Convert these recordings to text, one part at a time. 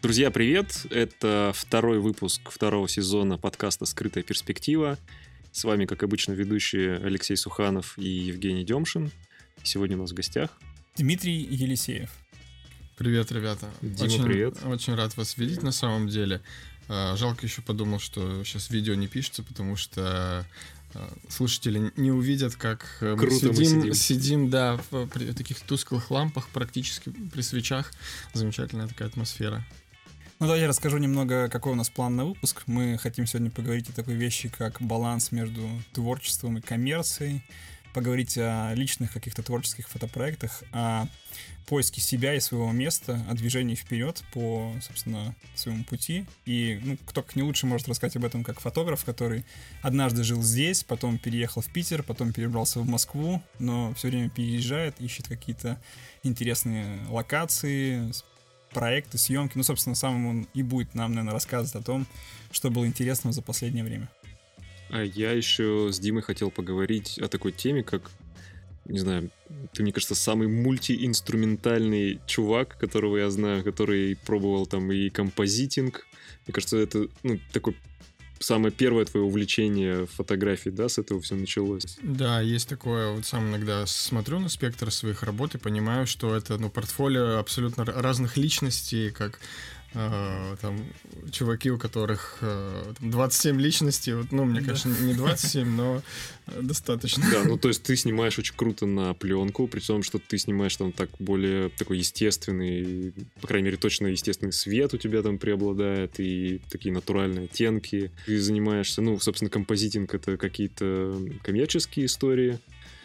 Друзья, привет! Это второй выпуск второго сезона подкаста «Скрытая перспектива». С вами, как обычно, ведущие Алексей Суханов и Евгений Демшин. Сегодня у нас в гостях Дмитрий Елисеев. Привет, ребята. Дима, привет. Очень рад вас видеть на самом деле. Жалко, еще подумал, что сейчас видео не пишется, потому что слушатели не увидят, как мы сидим, да, при таких тусклых лампах, практически при свечах. Замечательная такая атмосфера. Ну да, я расскажу немного, какой у нас план на выпуск. Мы хотим сегодня поговорить о такой вещи, как баланс между творчеством и коммерцией, поговорить о личных каких-то творческих фотопроектах, о поиске себя и своего места, о движении вперед по, собственно, своему пути. И кто как не лучше может рассказать об этом как фотограф, который однажды жил здесь, потом переехал в Питер, потом перебрался в Москву, но все время переезжает, ищет какие-то интересные локации, проекты, съемки. Собственно, сам он и будет нам, наверное, рассказывать о том, что было интересного за последнее время. А я еще с Димой хотел поговорить о такой теме, как, не знаю, ты, мне кажется, самый мультиинструментальный чувак, которого я знаю, который пробовал там и композитинг. Мне кажется, это, такой самое первое твое увлечение фотографией, да, с этого все началось? Да, есть такое. Вот сам иногда смотрю на спектр своих работ и понимаю, что это, портфолио абсолютно разных личностей, как там чуваки, у которых 27 личностей. Мне, конечно, не 27, но достаточно. Да, то есть ты снимаешь очень круто на пленку, при том, что ты снимаешь там так более такой естественный, по крайней мере, точно естественный свет у тебя там преобладает, и такие натуральные оттенки. Ты занимаешься, собственно, композитинг — это какие-то коммерческие истории.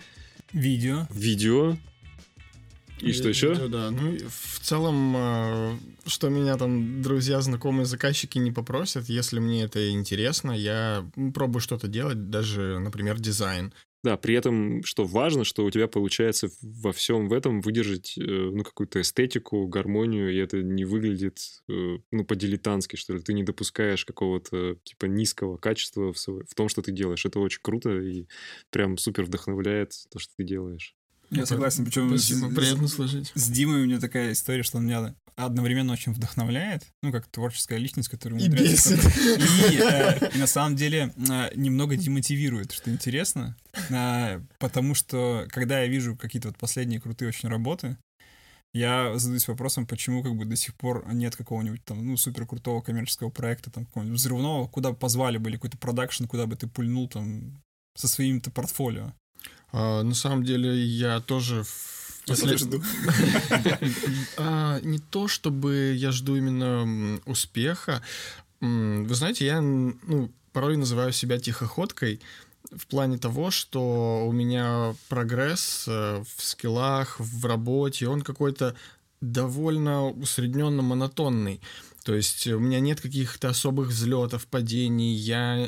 Видео. И что еще? Видео, да. В целом, что меня там друзья, знакомые, заказчики не попросят, если мне это интересно, я пробую что-то делать, даже, например, дизайн. Да, при этом, что важно, что у тебя получается во всем в этом выдержать какую-то эстетику, гармонию, и это не выглядит по-дилетантски, что ли. Ты не допускаешь какого-то типа низкого качества в том, что ты делаешь. Это очень круто и прям супер вдохновляет то, что ты делаешь. Я согласен, причем приятно слышать. С Димой у меня такая история, что он меня одновременно очень вдохновляет, как творческая личность, которая... И бесит. И на самом деле немного демотивирует, что интересно, потому что, когда я вижу какие-то последние крутые очень работы, я задаюсь вопросом, почему до сих пор нет какого-нибудь там, супер крутого коммерческого проекта, там, какого-нибудь взрывного, куда бы позвали бы, или какой-то продакшн, куда бы ты пульнул там со своим-то портфолио. На самом деле я тоже жду. Не то, чтобы я жду именно успеха. Вы знаете, я порой называю себя тихоходкой в плане того, что у меня прогресс в скиллах, в работе, он какой-то довольно усредненно монотонный. То есть у меня нет каких-то особых взлетов, падений, я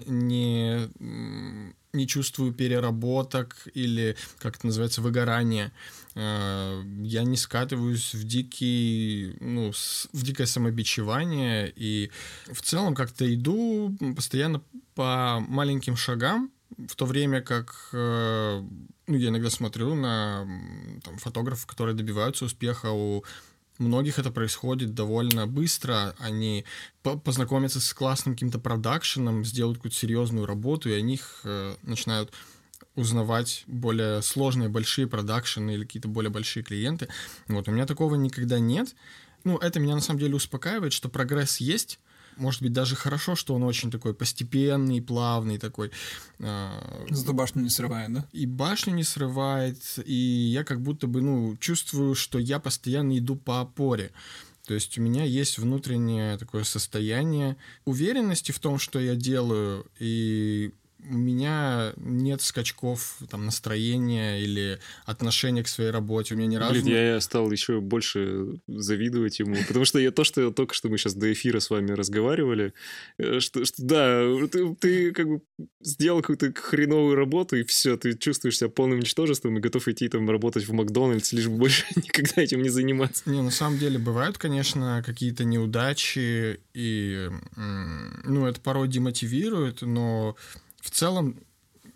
не чувствую переработок или, как это называется, выгорания. Я не скатываюсь в дикое самобичевание, и в целом как-то иду постоянно по маленьким шагам, в то время как я иногда смотрю на фотографов, которые добиваются успеха. У многих это происходит довольно быстро. Они познакомятся с классным каким-то продакшеном, сделают какую-то серьезную работу, и о них начинают узнавать более сложные, большие продакшены или какие-то более большие клиенты. У меня такого никогда нет. Это меня на самом деле успокаивает, что прогресс есть. Может быть, даже хорошо, что он очень такой постепенный, плавный такой. Зато башню не срывает, да? И башню не срывает, и я как будто бы, чувствую, что я постоянно иду по опоре. То есть у меня есть внутреннее такое состояние уверенности в том, что я делаю, и у меня нет скачков настроения или отношения к своей работе. У меня ни разу... Я стал еще больше завидовать ему, потому что только что мы сейчас до эфира с вами разговаривали, что ты как бы сделал какую-то хреновую работу, и все, ты чувствуешь себя полным ничтожеством и готов идти работать в Макдональдс, лишь бы больше никогда этим не заниматься. На самом деле бывают, конечно, какие-то неудачи, и это порой демотивирует, но в целом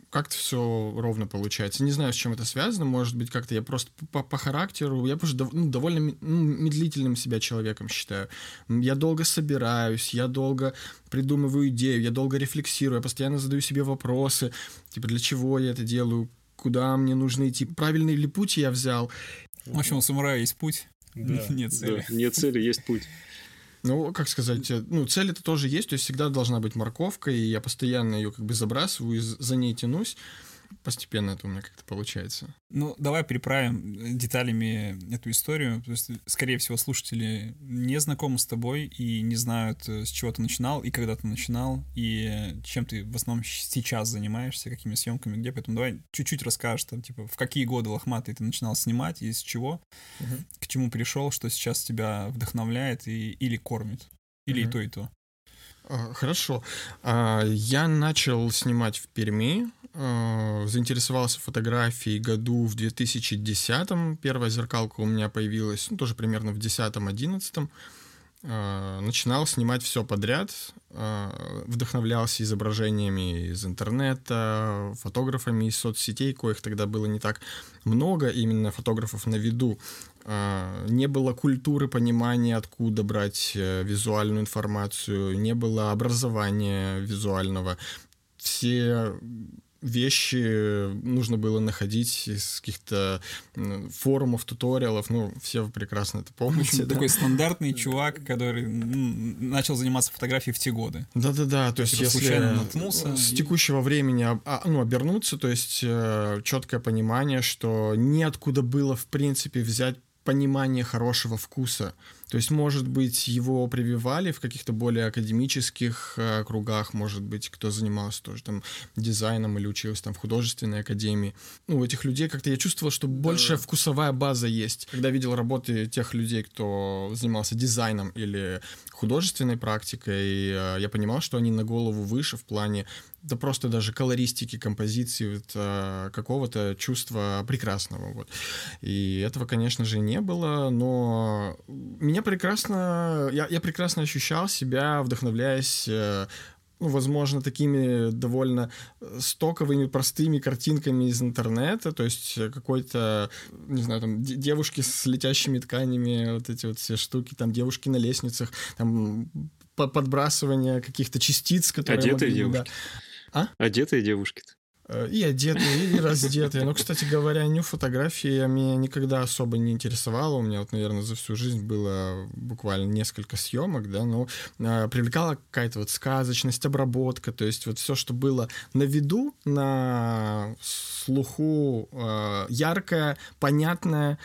как-то все ровно получается. Не знаю, с чем это связано. Может быть, как-то я просто по характеру, я просто довольно медлительным себя человеком считаю. Я долго собираюсь, я долго придумываю идею, я долго рефлексирую, я постоянно задаю себе вопросы, типа, для чего я это делаю, куда мне нужно идти, правильный ли путь я взял. В общем, у самурая есть путь, нет цели. Да, нет цели, есть путь. Ну, как сказать, цель это тоже есть, то есть всегда должна быть морковка, и я постоянно ее как бы забрасываю, и за ней тянусь. Постепенно это у меня как-то получается. Ну, давай приправим деталями эту историю. То есть, скорее всего, слушатели не знакомы с тобой и не знают, с чего ты начинал, и когда ты начинал, и чем ты в основном сейчас занимаешься, какими съемками, где. Поэтому давай чуть-чуть расскажешь, там, типа, в какие годы лохматый ты начинал снимать, и из чего, к чему пришел, что сейчас тебя вдохновляет или кормит, или и то, и то. Хорошо. Я начал снимать в Перми, заинтересовался фотографией году в 2010-м. Первая зеркалка у меня появилась, тоже примерно в 10-11. Начинал снимать все подряд, вдохновлялся изображениями из интернета, фотографами из соцсетей, коих тогда было не так много, именно фотографов на виду. Не было культуры понимания, откуда брать визуальную информацию, не было образования визуального. Все вещи нужно было находить из каких-то форумов, туториалов. Ну, все вы прекрасно это помните. Да? Такой стандартный чувак, который начал заниматься фотографией в те годы. Да-да-да. То есть, если случайно наткнулся с текущего времени обернуться, то есть четкое понимание, что неоткуда было, в принципе, взять понимание хорошего вкуса. То есть, может быть, его прививали в каких-то более академических кругах, может быть, кто занимался тоже там дизайном или учился там в художественной академии. Ну, у этих людей как-то я чувствовал, что большая вкусовая база есть. Когда видел работы тех людей, кто занимался дизайном или художественной практикой, я понимал, что они на голову выше в плане да просто даже колористики, композиции, вот, какого-то чувства прекрасного. Вот. И этого, конечно же, не было, но я прекрасно ощущал себя, вдохновляясь, возможно, такими довольно стоковыми, простыми картинками из интернета, то есть какой-то, не знаю, там, девушки с летящими тканями, вот эти вот все штуки, там, девушки на лестницах, там, подбрасывание каких-то частиц, которые... Одетые девушки. Да. Одетые девушки-то. И одетые, и раздетые. Но, кстати говоря, фотография меня никогда особо не интересовала. У меня, вот, наверное, за всю жизнь было буквально несколько съемок, да, но привлекала какая-то вот сказочность, обработка, то есть вот все, что было на виду, на слуху, яркое, понятное.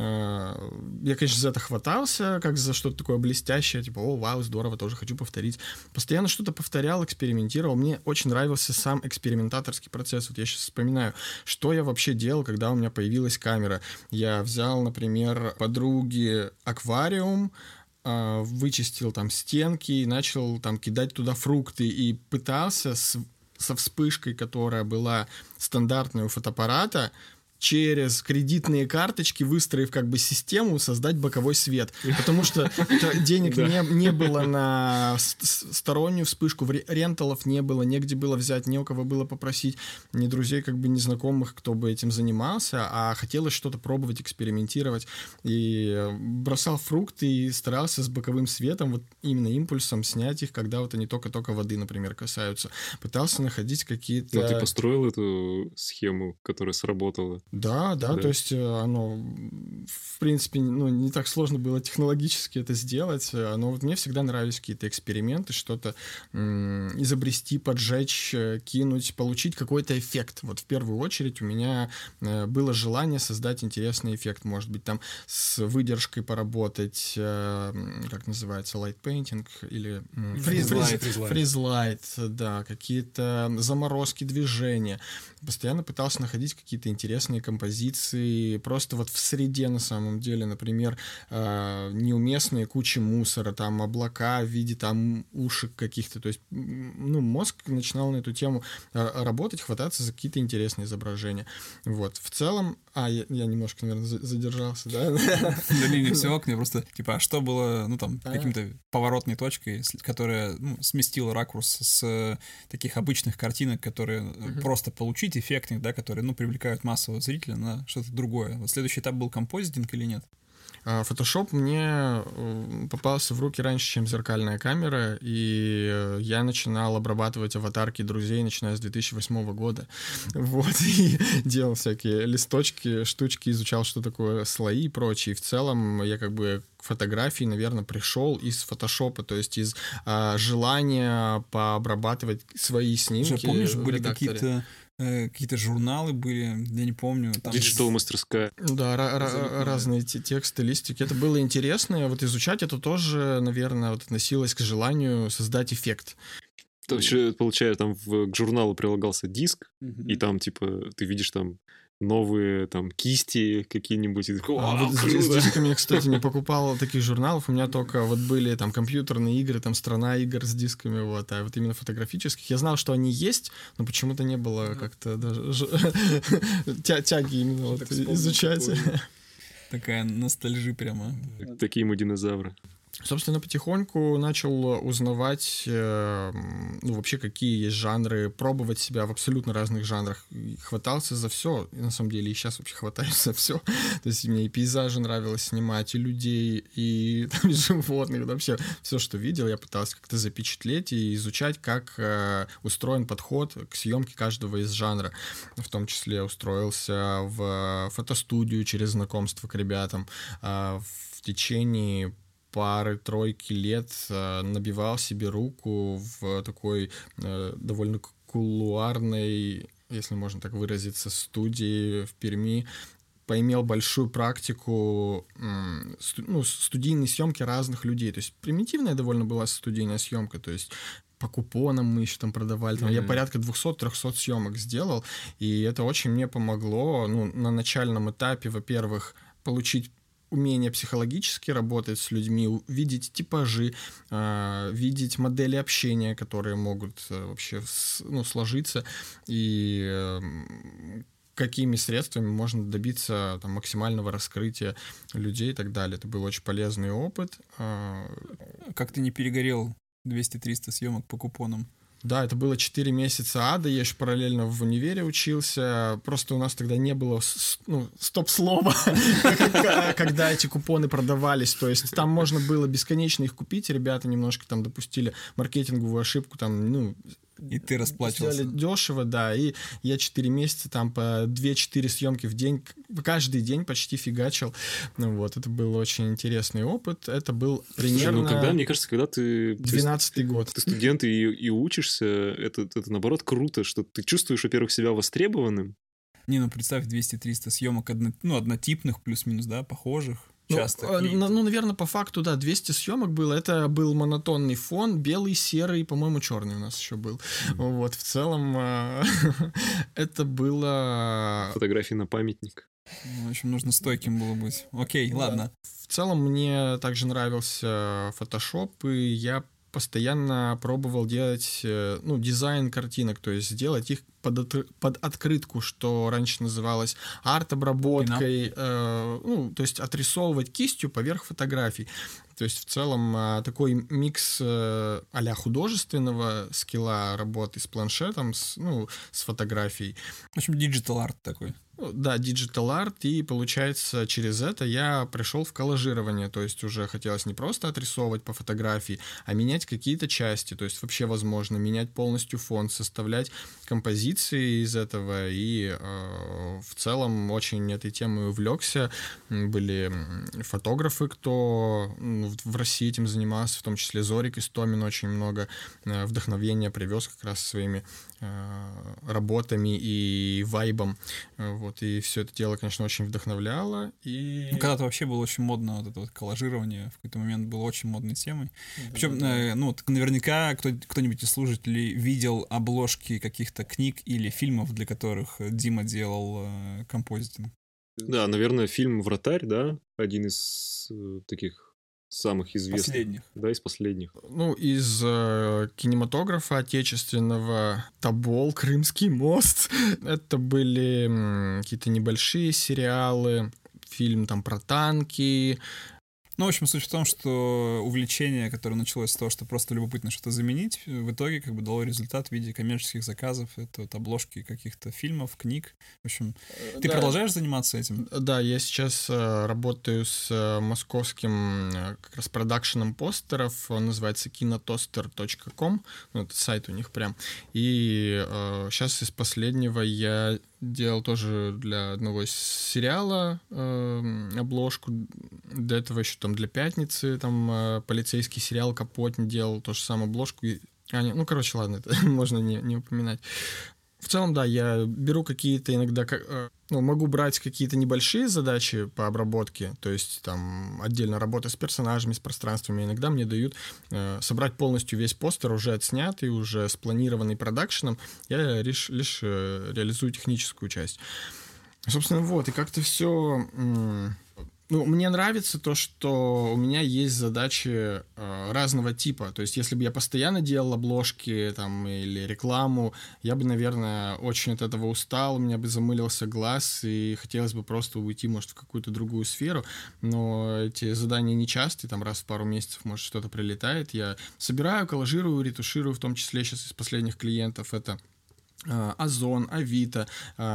Я, конечно, за это хватался, как за что-то такое блестящее, типа, о, вау, здорово, тоже хочу повторить. Постоянно что-то повторял, экспериментировал. Мне очень нравился сам экспериментаторский процесс. Вот я сейчас вспоминаю, что я вообще делал, когда у меня появилась камера. Я взял, например, подруги аквариум, вычистил там стенки и начал там кидать туда фрукты и пытался со вспышкой, которая была стандартной у фотоаппарата, через кредитные карточки, выстроив как бы систему, создать боковой свет. Потому что денег не было на стороннюю вспышку, ренталов не было, негде было взять, не у кого было попросить, ни друзей, как бы ни знакомых, кто бы этим занимался, а хотелось что-то пробовать, экспериментировать. И бросал фрукты и старался с боковым светом, вот именно импульсом снять их, когда вот они только-только воды, например, касаются. Пытался находить какие-то... Ну, ты построил эту схему, которая сработала? Да, то есть оно, в принципе, не так сложно было технологически это сделать, но вот мне всегда нравились какие-то эксперименты, что-то изобрести, поджечь, кинуть, получить какой-то эффект. Вот в первую очередь у меня было желание создать интересный эффект, может быть, там с выдержкой поработать, как называется, light painting или freeze light, да, какие-то заморозки движения. Постоянно пытался находить какие-то интересные интересные композиции, просто вот в среде на самом деле, например, неуместные кучи мусора, там облака в виде там ушек каких-то, то есть, ну, мозг начинал на эту тему работать, хвататься за какие-то интересные изображения. Вот, в целом, я немножко, наверное, задержался, да? Да не, все ок, мне просто, типа, а что было, ну, там, каким-то поворотной точкой, которая, ну, сместила ракурс с таких обычных картинок, которые просто получить эффектных, да, которые, ну, привлекают массового зрителя на что-то другое. Вот следующий этап был композитинг или нет? Photoshop мне попался в руки раньше, чем зеркальная камера, и я начинал обрабатывать аватарки друзей, начиная с 2008 года. Вот, и делал всякие листочки, штучки, изучал, что такое слои и прочее. И в целом я как бы к фотографии, наверное, пришел из фотошопа, то есть из желания пообрабатывать свои снимки. Уже, помнишь, были какие-то журналы были, я не помню. Digital мастерская. Да, разные тексты, листики. Это было интересно. Вот изучать это тоже, наверное, вот относилось к желанию создать эффект. Получается, там к журналу прилагался диск, и там, типа, ты видишь там новые там кисти какие-нибудь. И такой, вот с дисками я, кстати, не покупал таких журналов. У меня только вот были там компьютерные игры, там страна игр с дисками, вот. А вот именно фотографических. Я знал, что они есть, но почему-то не было как-то даже тяги именно вот изучать. Такая ностальжи прямо. Такие мы динозавры. Собственно, потихоньку начал узнавать, ну, вообще, какие есть жанры, пробовать себя в абсолютно разных жанрах. Хватался за все, и на самом деле и сейчас вообще хватаюсь за все. То есть мне и пейзажи нравилось снимать, и людей, и там, животных, вообще все, что видел, я пытался как-то запечатлеть и изучать, как устроен подход к съемке каждого из жанра. В том числе устроился в фотостудию через знакомство к ребятам. В течение пары-тройки лет набивал себе руку в такой довольно кулуарной, если можно так выразиться, студии в Перми. Поимел большую практику студийной съемки разных людей. То есть примитивная довольно была студийная съемка, то есть по купонам мы еще там продавали. Там, я порядка 200-300 съемок сделал, и это очень мне помогло, ну, на начальном этапе, во-первых, получить умение психологически работать с людьми, видеть типажи, видеть модели общения, которые могут вообще сложиться, и какими средствами можно добиться там максимального раскрытия людей и так далее. Это был очень полезный опыт. Как ты не перегорел 200-300 съемок по купонам? Да, это было 4 месяца ада, я еще параллельно в универе учился, просто у нас тогда не было стоп-слова, когда эти купоны продавались, то есть там можно было бесконечно их купить, ребята немножко там допустили маркетинговую ошибку, там, и ты расплачивался. Сделали дешево, да, и я 4 месяца там по 2-4 съемки в день, каждый день почти фигачил. Вот, это был очень интересный опыт. Это был примерно... Слушай, мне кажется, когда ты... 12-й год. Ты студент и учишься, это наоборот круто, что ты чувствуешь, во-первых, себя востребованным. Не, представь 200-300 съемок однотипных, плюс-минус, да, похожих. Часто. Наверное, по факту, да, 200 съемок было. Это был монотонный фон, белый, серый, по-моему, черный у нас еще был. Вот, в целом, это было... Фотографии на памятник. В общем, нужно стойким было быть. Окей, ладно. В целом, мне также нравился Photoshop, и я постоянно пробовал делать, дизайн картинок, то есть сделать их под открытку, что раньше называлось арт-обработкой, то есть отрисовывать кистью поверх фотографий. То есть в целом такой микс а-ля художественного скилла работы с планшетом, с фотографией. В общем, диджитал-арт такой. Да, диджитал-арт, и получается через это я пришел в коллажирование, то есть уже хотелось не просто отрисовывать по фотографии, а менять какие-то части, то есть вообще возможно менять полностью фон, составлять композиции из этого, и в целом очень этой темой увлекся. Были фотографы, кто в России этим занимался, в том числе Зорик Истомин очень много вдохновения привез как раз своими работами и вайбом. Вот, и все это дело, конечно, очень вдохновляло. И... когда-то вообще было очень модно вот это вот коллажирование, в какой-то момент было очень модной темой. Причем, наверняка кто-нибудь из слушателей видел обложки каких-то книг или фильмов, для которых Дима делал композитинг. Да, наверное, фильм «Вратарь», да, один из таких самых известных. Последних. Да, из последних. Ну, из кинематографа отечественного «Тобол», «Крымский мост». Это были какие-то небольшие сериалы, фильм там про танки. Ну, в общем, суть в том, что увлечение, которое началось с того, что просто любопытно что-то заменить, в итоге как бы дало результат в виде коммерческих заказов. Это вот обложки каких-то фильмов, книг. В общем, ты продолжаешь заниматься этим? Да, я сейчас работаю с московским как раз продакшеном постеров. Он называется kinotoster.com. Ну, это сайт у них прям. И сейчас из последнего я делал тоже для одного сериала обложку. До этого еще там для «Пятницы» там полицейский сериал «Капотни» делал тоже самую обложку. Ну, короче, ладно, это можно не упоминать. В целом, да, я беру какие-то иногда, могу брать какие-то небольшие задачи по обработке, то есть там отдельно работа с персонажами, с пространствами. Иногда мне дают собрать полностью весь постер, уже отснятый, уже спланированный продакшеном. Я лишь реализую техническую часть. Собственно, вот, и как-то все... Ну, мне нравится то, что у меня есть задачи разного типа. То есть, если бы я постоянно делал обложки там, или рекламу, я бы, наверное, очень от этого устал, у меня бы замылился глаз, и хотелось бы просто уйти, может, в какую-то другую сферу. Но эти задания нечастые, там раз в пару месяцев, может, что-то прилетает. Я собираю, коллажирую, ретуширую, в том числе сейчас из последних клиентов это Озон, Авито,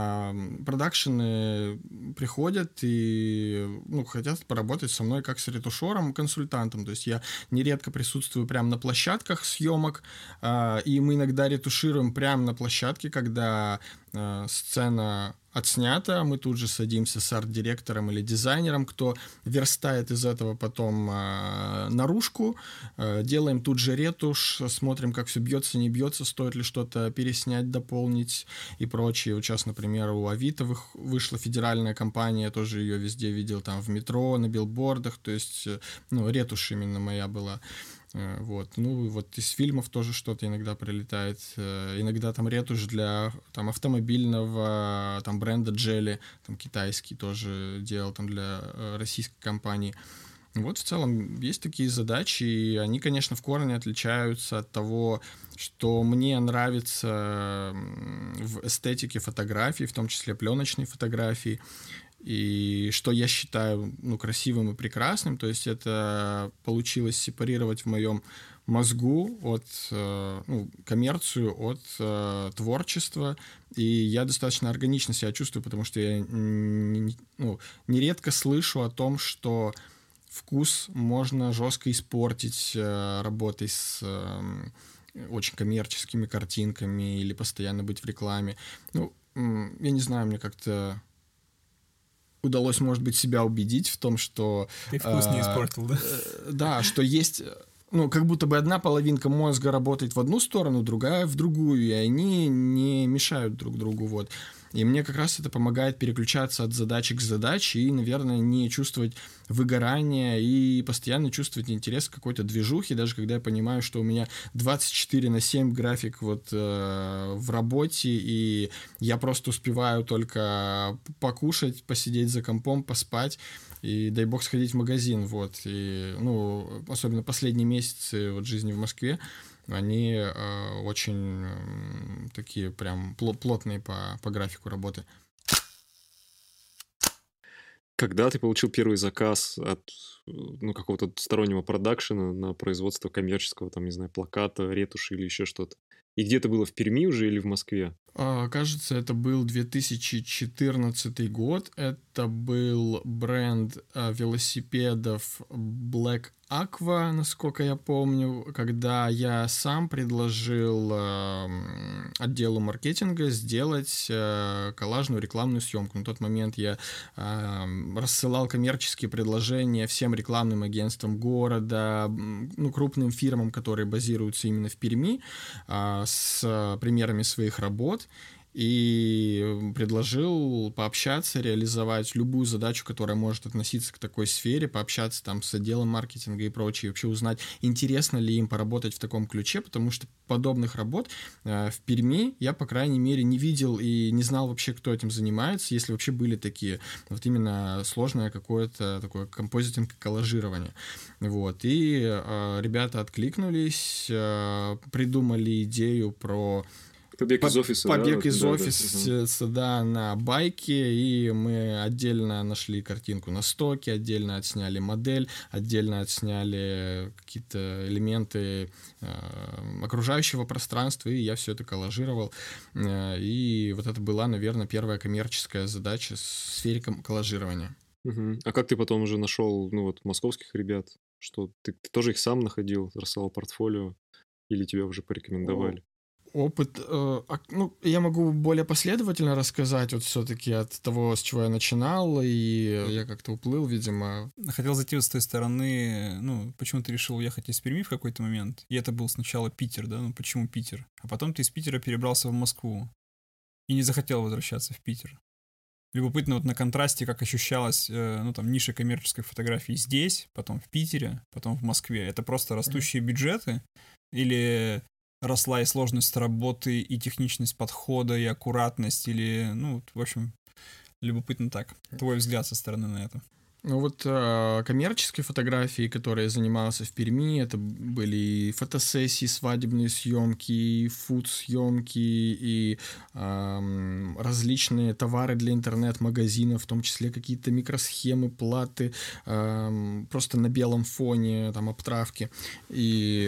продакшены приходят и хотят поработать со мной как с ретушером, консультантом. То есть я нередко присутствую прямо на площадках съемок, и мы иногда ретушируем прямо на площадке, когда сцена отснята, мы тут же садимся с арт-директором или дизайнером, кто верстает из этого потом наружку, делаем тут же ретушь, смотрим, как все бьется, не бьется, стоит ли что-то переснять, дополнить и прочее. Вот сейчас, например, у Авито вышла федеральная компания, я тоже ее везде видел, там в метро, на билбордах, то есть, ретушь именно моя была. Вот. Ну, вот из фильмов тоже что-то иногда прилетает. Иногда там ретушь для там, автомобильного там, бренда Geely, там китайский тоже делал там, для российской компании. Вот в целом есть такие задачи, и они, конечно, в корне отличаются от того, что мне нравится в эстетике фотографии, в том числе пленочной фотографии, и что я считаю красивым и прекрасным. То есть это получилось сепарировать в моем мозгу от коммерцию от творчества, и я достаточно органично себя чувствую, потому что я нередко слышу о том, что вкус можно жестко испортить работой с очень коммерческими картинками или постоянно быть в рекламе. Я не знаю, мне как-то удалось, может быть, себя убедить в том, что... Ты вкус не испортил, да? Да, что есть... как будто бы одна половинка мозга работает в одну сторону, другая в другую, и они не мешают друг другу, вот. И мне как раз это помогает переключаться от задачи к задаче и, наверное, не чувствовать выгорания и постоянно чувствовать интерес к какой-то движухе, даже когда я понимаю, что у меня 24/7 график в работе, и я просто успеваю только покушать, посидеть за компом, поспать, и дай бог сходить в магазин, вот. И, особенно последние месяцы вот жизни в Москве, они очень такие прям плотные по графику работы. Когда ты получил первый заказ от какого-то стороннего продакшена на производство коммерческого, там, не знаю, плаката, ретуши или еще что-то? И где это было, в Перми уже или в Москве? Кажется, это был 2014 год. Это был бренд велосипедов Black Aqua, насколько я помню, когда я сам предложил отделу маркетинга сделать коллажную рекламную съемку. На тот момент я рассылал коммерческие предложения всем рекламным агентствам города, крупным фирмам, которые базируются именно в Перми, с примерами своих работ. и предложил пообщаться, реализовать любую задачу, которая может относиться к такой сфере, пообщаться там с отделом маркетинга и прочее, вообще узнать, интересно ли им поработать в таком ключе, потому что подобных работ в Перми я, по крайней мере, не видел и не знал вообще, кто этим занимается, если вообще были такие. Вот именно сложное какое-то такое композитинг и коллажирование. Вот. И ребята откликнулись, придумали идею про Побег из офиса. Побег из офиса, да, на байке, и мы отдельно нашли картинку на стоке, отдельно отсняли модель, отдельно отсняли какие-то элементы окружающего пространства, и я все это коллажировал. И вот это была, наверное, первая коммерческая задача в сфере коллажирования. А как ты потом уже нашел, московских ребят? Что ты тоже их сам находил, рассылал портфолио, или тебя уже порекомендовали? Опыт, я могу более последовательно рассказать вот все-таки от того, с чего я начинал, и я как-то уплыл, видимо. Хотел зайти вот с той стороны, почему ты решил уехать из Перми в какой-то момент? И это был сначала Питер, да? Почему Питер? А потом ты из Питера перебрался в Москву и не захотел возвращаться в Питер. Любопытно вот на контрасте, как ощущалась, ниша коммерческой фотографии здесь, потом в Питере, потом в Москве. Это просто растущие бюджеты или росла и сложность работы, и техничность подхода, и аккуратность, или, в общем, любопытно так. Твой взгляд со стороны на это. Коммерческие фотографии, которые я занимался в Перми, это были и фотосессии, свадебные съемки, и фуд-съемки, и различные товары для интернет-магазинов, в том числе какие-то микросхемы, платы, просто на белом фоне, там, обтравки. И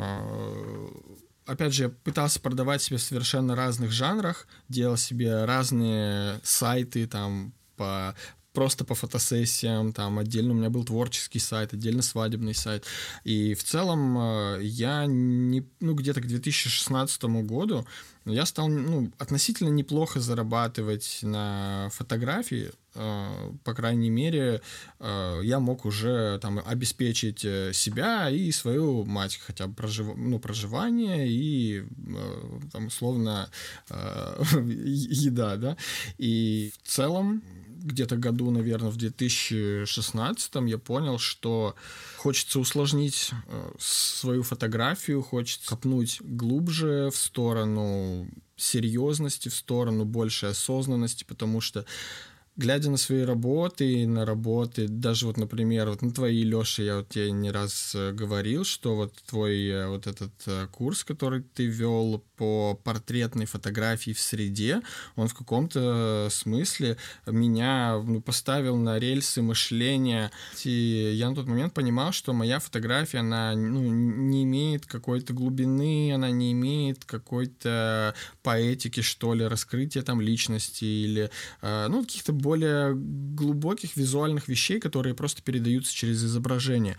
опять же, я пытался продавать себя в совершенно разных жанрах, делал себе разные сайты, там, просто по фотосессиям, там отдельно у меня был творческий сайт, отдельно свадебный сайт. И в целом я где-то к 2016 году я стал относительно неплохо зарабатывать на фотографии. По крайней мере, я мог уже там обеспечить себя и свою мать хотя бы проживание и там условно еда, да. И в целом где-то году, наверное, в 2016 я понял, что хочется усложнить свою фотографию, хочется копнуть глубже в сторону серьезности, в сторону большей осознанности, потому что глядя на свои работы, на работы, даже вот, например, вот на твои, Леша, я вот тебе не раз говорил, что вот твой вот этот курс, который ты вел по портретной фотографии в среде, он в каком-то смысле меня поставил на рельсы мышления. И я на тот момент понимал, что моя фотография, она не имеет какой-то глубины, она не имеет какой-то поэтики, что ли, раскрытия там личности или каких-то более глубоких визуальных вещей, которые просто передаются через изображение.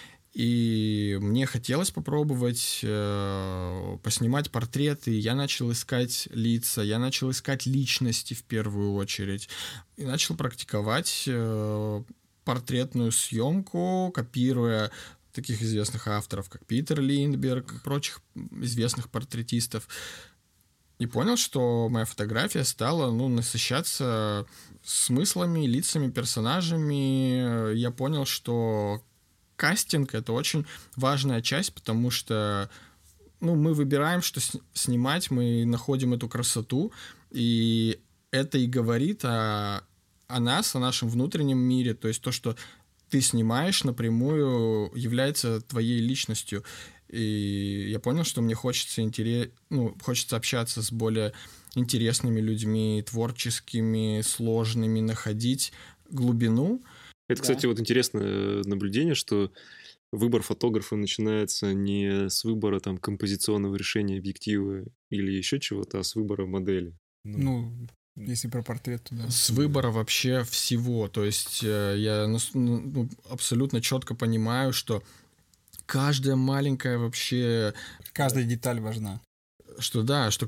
И мне хотелось попробовать поснимать портреты. Я начал искать лица, я начал искать личности в первую очередь. И начал практиковать портретную съемку, копируя таких известных авторов, как Питер Линдберг, прочих известных портретистов. И понял, что моя фотография стала насыщаться смыслами, лицами, персонажами. Я понял, что кастинг — это очень важная часть, потому что мы выбираем, что снимать, мы находим эту красоту, и это и говорит о нас, о нашем внутреннем мире. То есть то, что ты снимаешь, напрямую является твоей личностью. И я понял, что мне хочется общаться с более интересными людьми, творческими, сложными, находить глубину. Это, кстати, вот интересное наблюдение, что выбор фотографа начинается не с выбора там композиционного решения объектива или еще чего-то, а с выбора модели. Если про портрет, то да. С выбора вообще всего. То есть я абсолютно четко понимаю, что каждая маленькая вообще... Каждая деталь важна. Что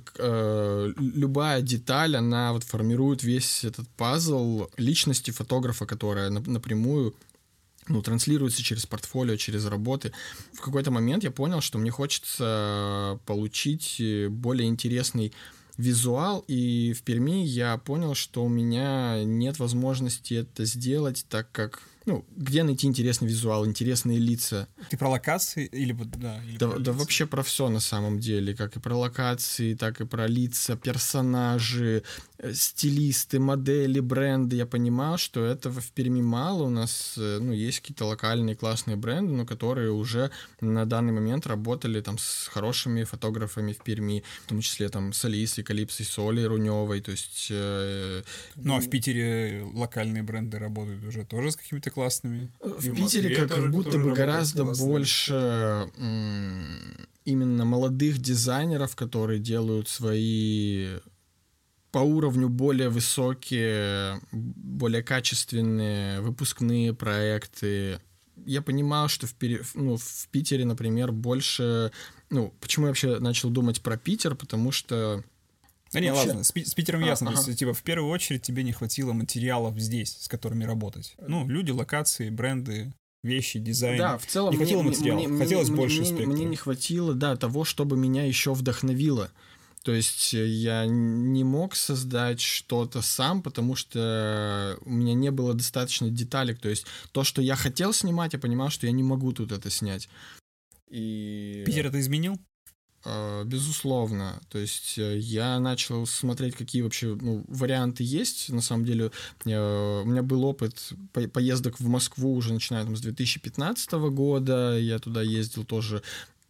любая деталь, она вот формирует весь этот пазл личности фотографа, которая напрямую транслируется через портфолио, через работы. В какой-то момент я понял, что мне хочется получить более интересный визуал, и в Перми я понял, что у меня нет возможности это сделать, так как, где найти интересный визуал, интересные лица. Ты про локации или да? Или Да вообще про все на самом деле, как и про локации, так и про лица, персонажи, стилисты, модели, бренды. Я понимал, что этого в Перми мало. У нас, есть какие-то локальные классные бренды, но которые уже на данный момент работали там с хорошими фотографами в Перми, в том числе там с Алисой Калипсой, с Олей Руневой, то есть... а в Питере локальные бренды работают уже тоже с какими-то классными? В Питере как будто бы гораздо больше именно молодых дизайнеров, которые делают свои по уровню более высокие, более качественные выпускные проекты. Я понимал, что в Питере, например, больше... почему я вообще начал думать про Питер? Потому что... Да не, ладно, с Питером ясно. То есть, в первую очередь тебе не хватило материалов здесь, с которыми работать. Люди, локации, бренды, вещи, дизайн. Да, в целом не хватило материалов, хотелось больше спектра. Мне не хватило, того, чтобы меня еще вдохновило. То есть я не мог создать что-то сам, потому что у меня не было достаточно деталек. То есть то, что я хотел снимать, я понимал, что я не могу тут это снять. Питер это изменил? Безусловно. То есть я начал смотреть, какие вообще варианты есть. На самом деле у меня был опыт поездок в Москву уже начиная с 2015 года. Я туда ездил тоже...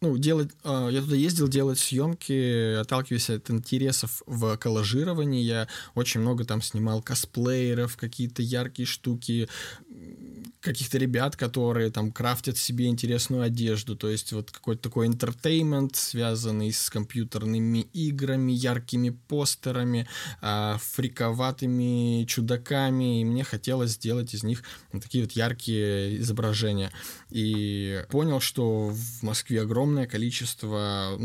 я туда ездил делать съемки, отталкиваясь от интересов в коллажировании. Я очень много там снимал косплееров, какие-то яркие штуки, каких-то ребят, которые там крафтят себе интересную одежду. То есть вот какой-то такой entertainment, связанный с компьютерными играми, яркими постерами, фриковатыми чудаками. И мне хотелось сделать из них такие вот яркие изображения. И понял, что в Москве огромное количество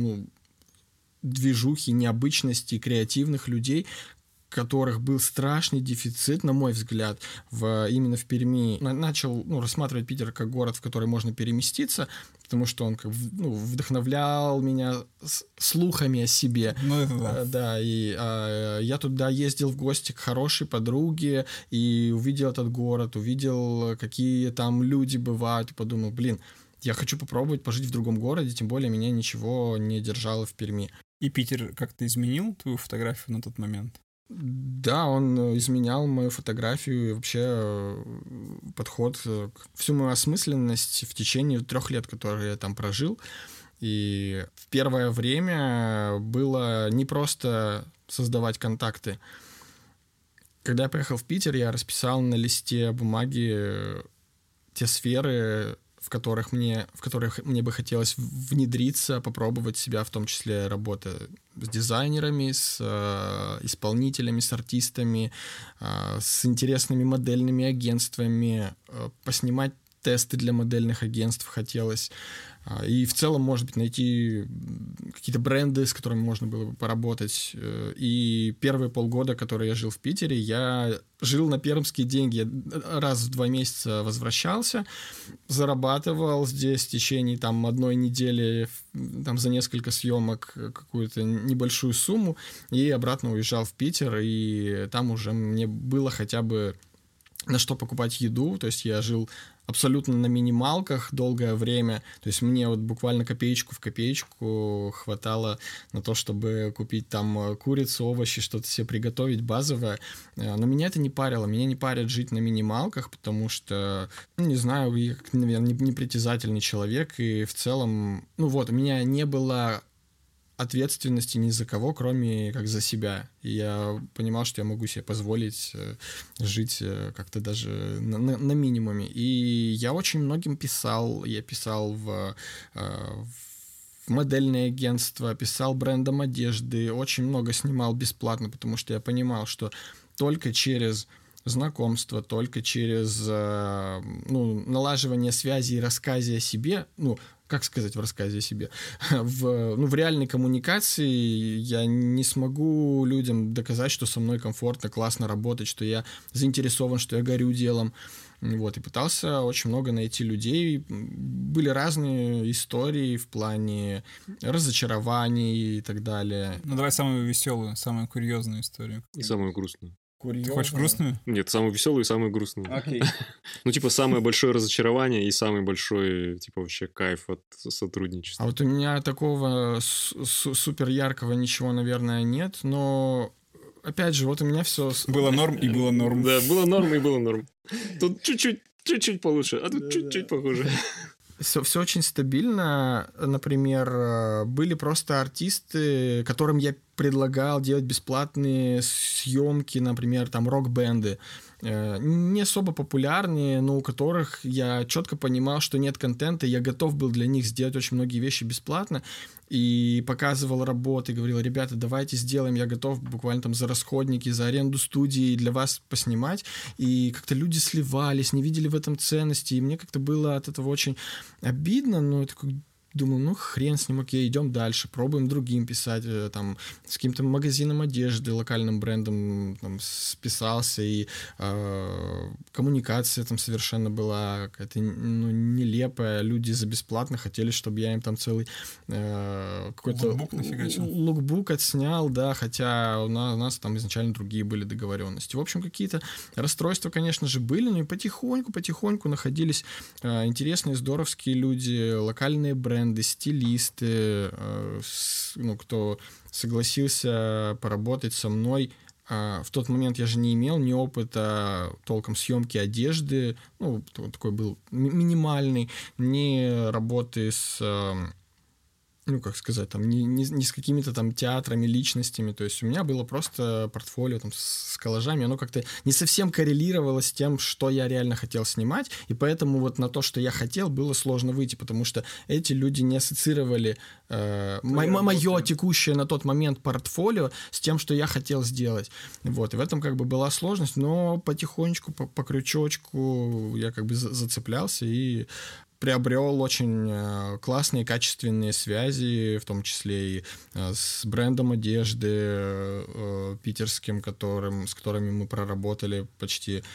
движухи, необычности, креативных людей, которых был страшный дефицит, на мой взгляд, именно в Перми. Начал рассматривать Питер как город, в который можно переместиться, потому что он вдохновлял меня слухами о себе. Да, и я туда ездил в гости к хорошей подруге и увидел этот город, увидел, какие там люди бывают, и подумал, я хочу попробовать пожить в другом городе, тем более меня ничего не держало в Перми. И Питер как-то изменил твою фотографию на тот момент? Да, он изменял мою фотографию и вообще подход, всю мою осмысленность в течение 3 лет, которые я там прожил. И в первое время было не просто создавать контакты. Когда я приехал в Питер, я расписал на листе бумаги те сферы, в которых мне бы хотелось внедриться, попробовать себя, в том числе работа с дизайнерами, с исполнителями, с артистами, с интересными модельными агентствами, поснимать тесты для модельных агентств хотелось. И в целом, может быть, найти какие-то бренды, с которыми можно было бы поработать. И первые полгода, которые я жил в Питере, я жил на пермские деньги. Я раз в 2 месяца возвращался, зарабатывал здесь в течение 1 недели за несколько съемок какую-то небольшую сумму и обратно уезжал в Питер, и там уже мне было хотя бы на что покупать еду. То есть я жил абсолютно на минималках долгое время. То есть мне буквально копеечку в копеечку хватало на то, чтобы купить там курицу, овощи, что-то себе приготовить базовое. Но меня это не парило. Меня не парит жить на минималках, потому что, не знаю, я, наверное, непритязательный человек, и в целом, у меня не было ответственности ни за кого, кроме как за себя. И я понимал, что я могу себе позволить жить как-то даже на минимуме. И я очень многим писал. Я писал в модельное агентство, писал брендам одежды, очень много снимал бесплатно, потому что я понимал, что только через знакомство, только через налаживание связи и рассказе о себе, как сказать в рассказе о себе, в реальной коммуникации я не смогу людям доказать, что со мной комфортно, классно работать, что я заинтересован, что я горю делом. Вот, и пытался очень много найти людей. Были разные истории в плане разочарований и так далее. Ну, давай самую веселую, самую курьезную историю. И самую грустную. Ты хочешь грустную? Нет, самую веселую и самую грустную. Окей. Ну, типа, самое большое разочарование и самый большой, типа, вообще кайф от А сотрудничества. вот у меня такого супер яркого ничего, наверное, нет, но опять же, вот у меня все... Было норм и было норм. Да, было норм и было норм. Тут чуть-чуть получше, а тут чуть-чуть похуже. Все очень стабильно. Например, были просто артисты, которым я предлагал делать бесплатные съемки, например, там рок-бенды. Не особо популярные, но у которых я четко понимал, что нет контента, я готов был для них сделать очень многие вещи бесплатно, и показывал работы, говорил: ребята, давайте сделаем, я готов буквально там за расходники, за аренду студии для вас поснимать, и как-то люди сливались, не видели в этом ценности, и мне как-то было от этого очень обидно, но я такой думал, ну хрен с ним, окей, идем дальше, пробуем другим писать, там, с каким-то магазином одежды, локальным брендом там, списался, и коммуникация там совершенно была какая-то нелепая, люди за бесплатно хотели, чтобы я им там целый какой-то лукбук отснял, да, хотя у нас там изначально другие были договоренности. В общем, какие-то расстройства, конечно же, были, но и потихоньку находились интересные, здоровские люди, локальные бренды, стилисты, кто согласился поработать со мной. В тот момент я же не имел ни опыта толком съемки одежды, такой был минимальный, ни работы с... не с какими-то там театрами, личностями, то есть у меня было просто портфолио там с коллажами, оно как-то не совсем коррелировало с тем, что я реально хотел снимать, и поэтому вот на то, что я хотел, было сложно выйти, потому что эти люди не ассоциировали мое текущее на тот момент портфолио с тем, что я хотел сделать. Вот, и в этом как бы была сложность, но потихонечку, по крючочку я как бы зацеплялся и приобрел очень классные, качественные связи, в том числе и с брендом одежды питерским, с которыми мы проработали почти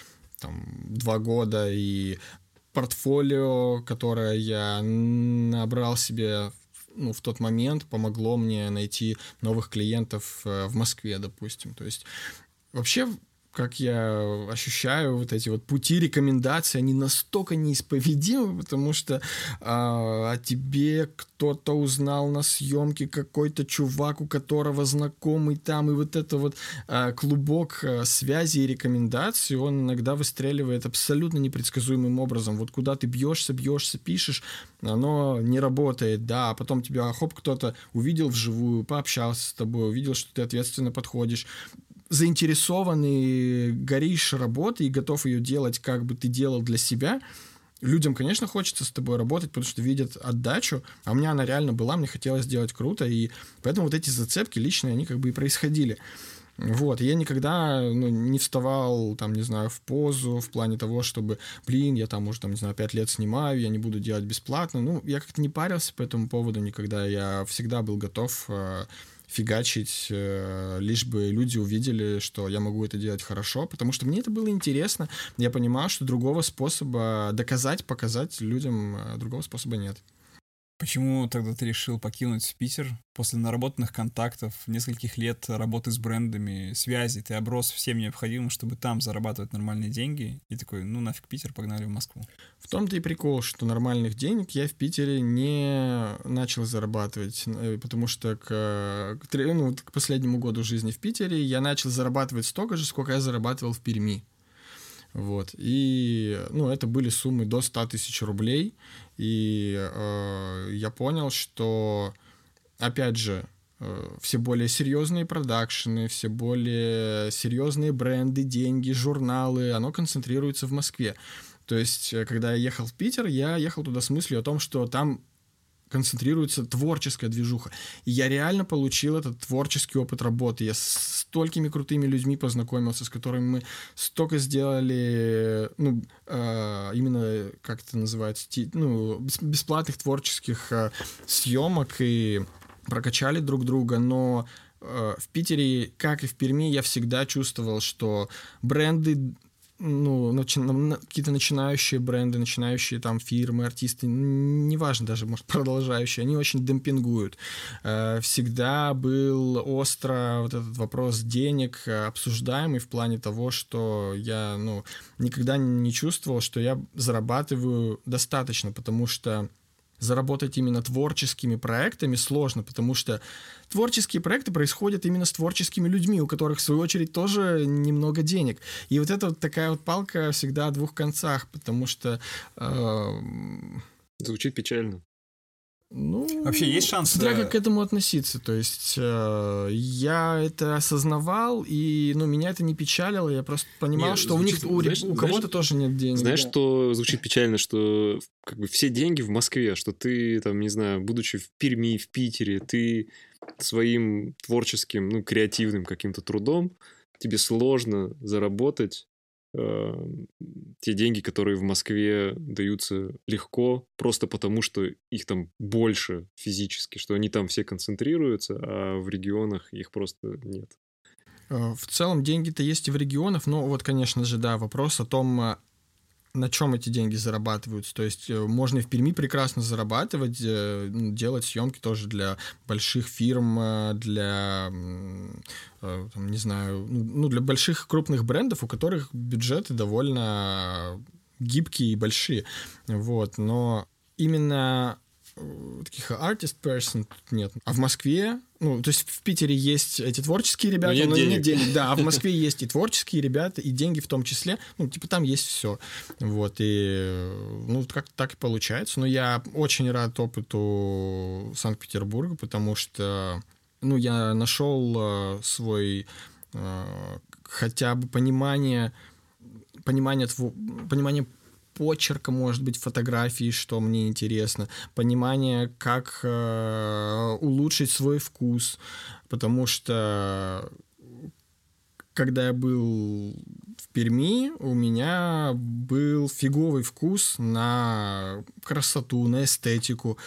2 года, и портфолио, которое я набрал себе в тот момент, помогло мне найти новых клиентов в Москве, допустим. То есть вообще, как я ощущаю, вот эти вот пути рекомендаций, они настолько неисповедимы, потому что о тебе кто-то узнал на съемке, какой-то чувак, у которого знакомый там, и вот это вот клубок связи и рекомендаций, он иногда выстреливает абсолютно непредсказуемым образом. Вот куда ты бьешься, пишешь, оно не работает, да, а потом тебя, хоп, кто-то увидел вживую, пообщался с тобой, увидел, что ты ответственно подходишь, заинтересованный, горишь работой и готов ее делать, как бы ты делал для себя. Людям, конечно, хочется с тобой работать, потому что видят отдачу, а у меня она реально была, мне хотелось сделать круто, и поэтому вот эти зацепки личные, они как бы и происходили. Вот, я никогда не вставал, в позу, в плане того, чтобы, я там уже, 5 лет снимаю, я не буду делать бесплатно. Я как-то не парился по этому поводу никогда, я всегда был готов фигачить, лишь бы люди увидели, что я могу это делать хорошо, потому что мне это было интересно. Я понимал, что другого способа доказать, показать людям, другого способа нет. Почему тогда ты решил покинуть Питер после наработанных контактов, нескольких лет работы с брендами, связей? Ты оброс всем необходимым, чтобы там зарабатывать нормальные деньги, и такой, нафиг Питер, погнали в Москву. В том-то и прикол, что нормальных денег я в Питере не начал зарабатывать, потому что к последнему году жизни в Питере я начал зарабатывать столько же, сколько я зарабатывал в Перми. Вот. И, это были суммы до 100 тысяч рублей. И я понял, что, опять же, все более серьезные продакшены, все более серьезные бренды, деньги, журналы, оно концентрируется в Москве. То есть, когда я ехал в Питер, я ехал туда с мыслью о том, что там концентрируется творческая движуха. И я реально получил этот творческий опыт работы. Я с столькими крутыми людьми познакомился, с которыми мы столько сделали, именно, как это называется, бесплатных творческих съемок и прокачали друг друга, но в Питере, как и в Перми, я всегда чувствовал, что бренды, какие-то начинающие бренды, начинающие там фирмы, артисты, неважно даже, может, продолжающие, они очень демпингуют. Всегда был остро вот этот вопрос денег обсуждаемый в плане того, что я, никогда не чувствовал, что я зарабатываю достаточно, потому что заработать именно творческими проектами сложно, потому что творческие проекты происходят именно с творческими людьми, у которых, в свою очередь, тоже немного денег. И вот это вот такая вот палка всегда о двух концах, потому что... Звучит печально. Вообще есть шанс... Смотря как к этому относиться. То есть я это осознавал, и меня это не печалило, я просто понимал, что у кого-то тоже нет денег. Знаешь, что звучит печально, что как бы все деньги в Москве, что ты, там, не знаю, будучи в Перми, в Питере, ты своим творческим, креативным каким-то трудом, тебе сложно заработать те деньги, которые в Москве даются легко, просто потому, что их там больше физически, что они там все концентрируются, а в регионах их просто нет. В целом деньги-то есть и в регионах, но вот, конечно же, да, вопрос о том, на чем эти деньги зарабатываются. То есть можно и в Перми прекрасно зарабатывать, делать съемки тоже для больших фирм, для, не знаю, для больших крупных брендов, у которых бюджеты довольно гибкие и большие. Вот. Но именно таких artist person тут нет. А в Москве, то есть в Питере есть эти творческие ребята, но нет денег. Да, а в Москве есть и творческие ребята, и деньги в том числе. Там есть все. Вот, и как так и получается. Но я очень рад опыту Санкт-Петербурга, потому что я нашел свой хотя бы понимание почерка, может быть, фотографии, что мне интересно, понимание, как улучшить свой вкус, потому что когда я был в Перми, у меня был фиговый вкус на красоту, на эстетику,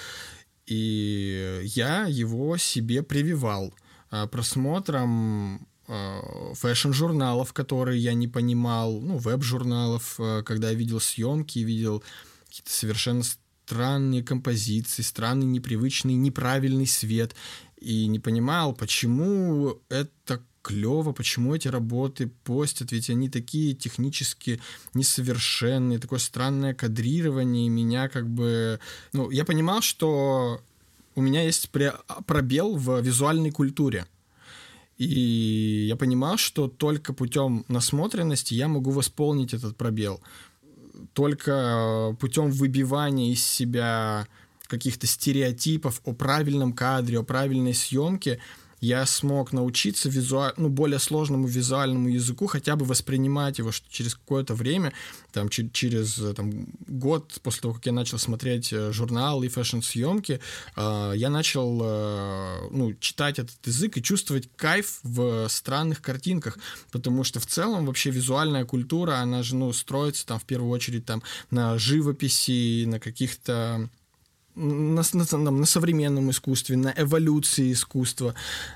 и я его себе прививал просмотром фэшн-журналов, которые я не понимал, веб-журналов, когда я видел съемки, видел какие-то совершенно странные композиции, странный, непривычный, неправильный свет, и не понимал, почему это клево, почему эти работы постят, ведь они такие технически несовершенные, такое странное кадрирование, и меня я понимал, что у меня есть пробел в визуальной культуре. И я понимал, что только путем насмотренности я могу восполнить этот пробел. Только путем выбивания из себя каких-то стереотипов о правильном кадре, о правильной съемке я смог научиться более сложному визуальному языку, хотя бы воспринимать его, что через какое-то время, через год после того, как я начал смотреть журналы и фэшн-съемки, я начал читать этот язык и чувствовать кайф в странных картинках, потому что в целом вообще визуальная культура, она же строится в первую очередь на живописи, на каких-то на современном искусстве, на эволюции искусства,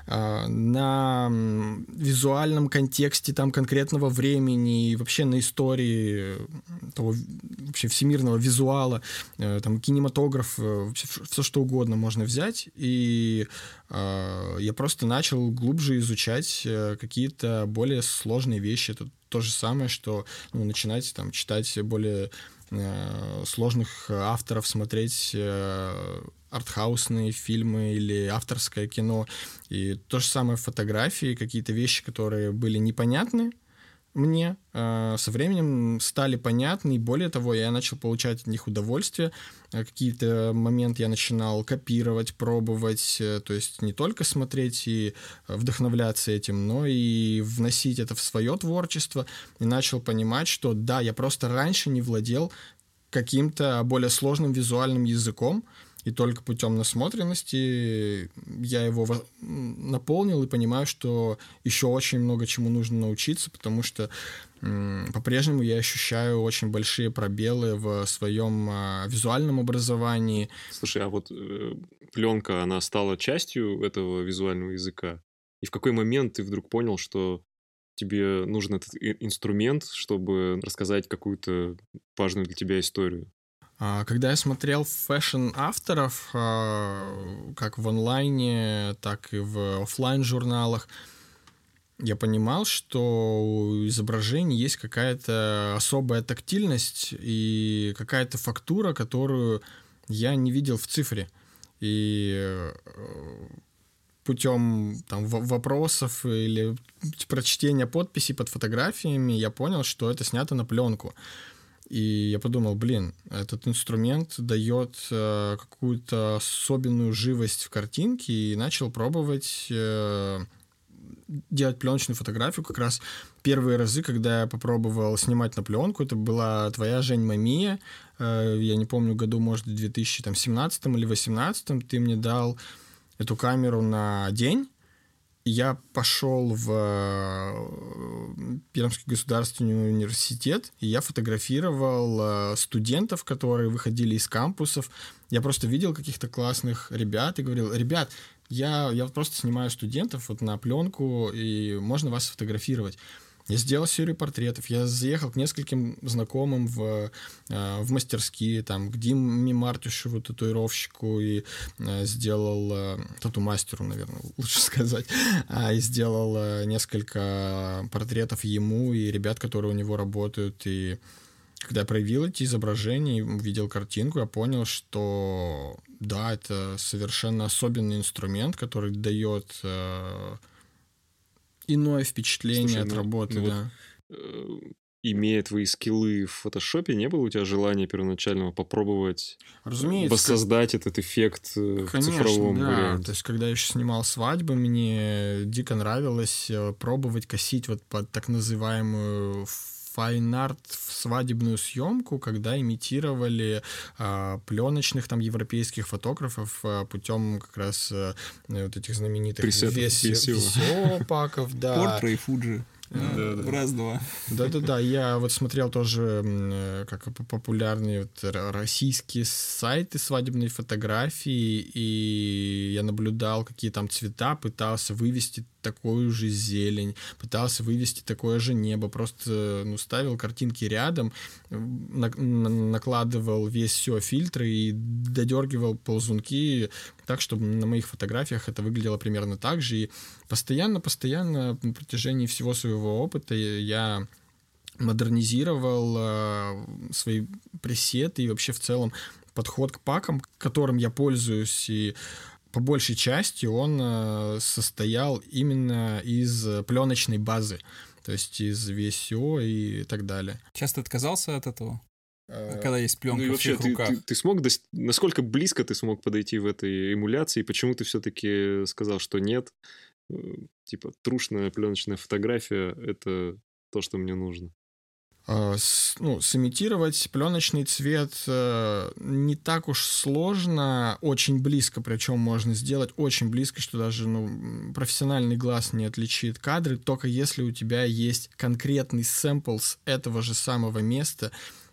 на визуальном контексте конкретного времени и вообще на истории того вообще всемирного визуала, кинематограф, все что угодно можно взять. И я просто начал глубже изучать какие-то более сложные вещи. Это то же самое, что начинать читать более сложных авторов, смотреть артхаусные фильмы или авторское кино. И то же самое в фотографии, какие-то вещи, которые были непонятны мне, со временем стали понятны, и более того, я начал получать от них удовольствие. Какие-то моменты я начинал копировать, пробовать, то есть не только смотреть и вдохновляться этим, но и вносить это в свое творчество, и начал понимать, что да, я просто раньше не владел каким-то более сложным визуальным языком, и только путем насмотренности я его наполнил и понимаю, что еще очень много чему нужно научиться, потому что по-прежнему я ощущаю очень большие пробелы в своем визуальном образовании. Слушай, а вот пленка, она стала частью этого визуального языка? И в какой момент ты вдруг понял, что тебе нужен этот инструмент, чтобы рассказать какую-то важную для тебя историю? Когда я смотрел фэшн-авторов, как в онлайне, так и в офлайн-журналах, я понимал, что у изображений есть какая-то особая тактильность и какая-то фактура, которую я не видел в цифре. И путем вопросов или прочтения подписей под фотографиями я понял, что это снято на пленку. И я подумал, этот инструмент дает какую-то особенную живость в картинке, и начал пробовать делать пленочную фотографию. Как раз первые разы, когда я попробовал снимать на пленку, это была твоя, Жень, Мамия. Я не помню году, может, в 2017 или 2018 ты мне дал эту камеру на день. Я пошел в Пермский государственный университет, и я фотографировал студентов, которые выходили из кампусов. Я просто видел каких-то классных ребят и говорил: ребят, я просто снимаю студентов вот на пленку, и можно вас сфотографировать. Я сделал серию портретов, я заехал к нескольким знакомым в мастерские, там, к Диме Мартюшеву, татуировщику, и сделал, тату-мастеру, наверное, лучше сказать, и сделал несколько портретов ему и ребят, которые у него работают, и когда я проявил эти изображения, увидел картинку, я понял, что да, это совершенно особенный инструмент, который дает иное впечатление от работы, да. Вот, имея твои скиллы в фотошопе, не было у тебя желания первоначального попробовать воссоздать этот эффект в цифровом варианте? То есть, когда я еще снимал свадьбы, мне дико нравилось пробовать косить вот под так называемую файн-арт в свадебную съемку, когда имитировали пленочных там европейских фотографов путем как раз вот этих знаменитых VSO-паков, да. Портра и Фуджи. Раз-два. Да-да-да, я вот смотрел тоже как популярные вот российские сайты свадебной фотографии, и я наблюдал, какие там цвета, пытался вывести такую же зелень, пытался вывести такое же небо, просто ставил картинки рядом, накладывал весь все фильтры и додергивал ползунки так, чтобы на моих фотографиях это выглядело примерно так же. И постоянно на протяжении всего своего опыта я модернизировал свои пресеты и вообще в целом подход к пакам, которым я пользуюсь, и по большей части он состоял именно из пленочной базы, то есть из VSO и так далее. Часто отказался от этого? Когда есть пленка и в вообще, всех руках. Ты смог насколько близко ты смог подойти в этой эмуляции, и почему ты все-таки сказал, что нет? Типа, трушная пленочная фотография — это то, что мне нужно. Сымитировать пленочный цвет не так уж сложно, очень близко, причем можно сделать очень близко, что даже профессиональный глаз не отличит кадры, только если у тебя есть конкретный сэмпл с этого же самого места,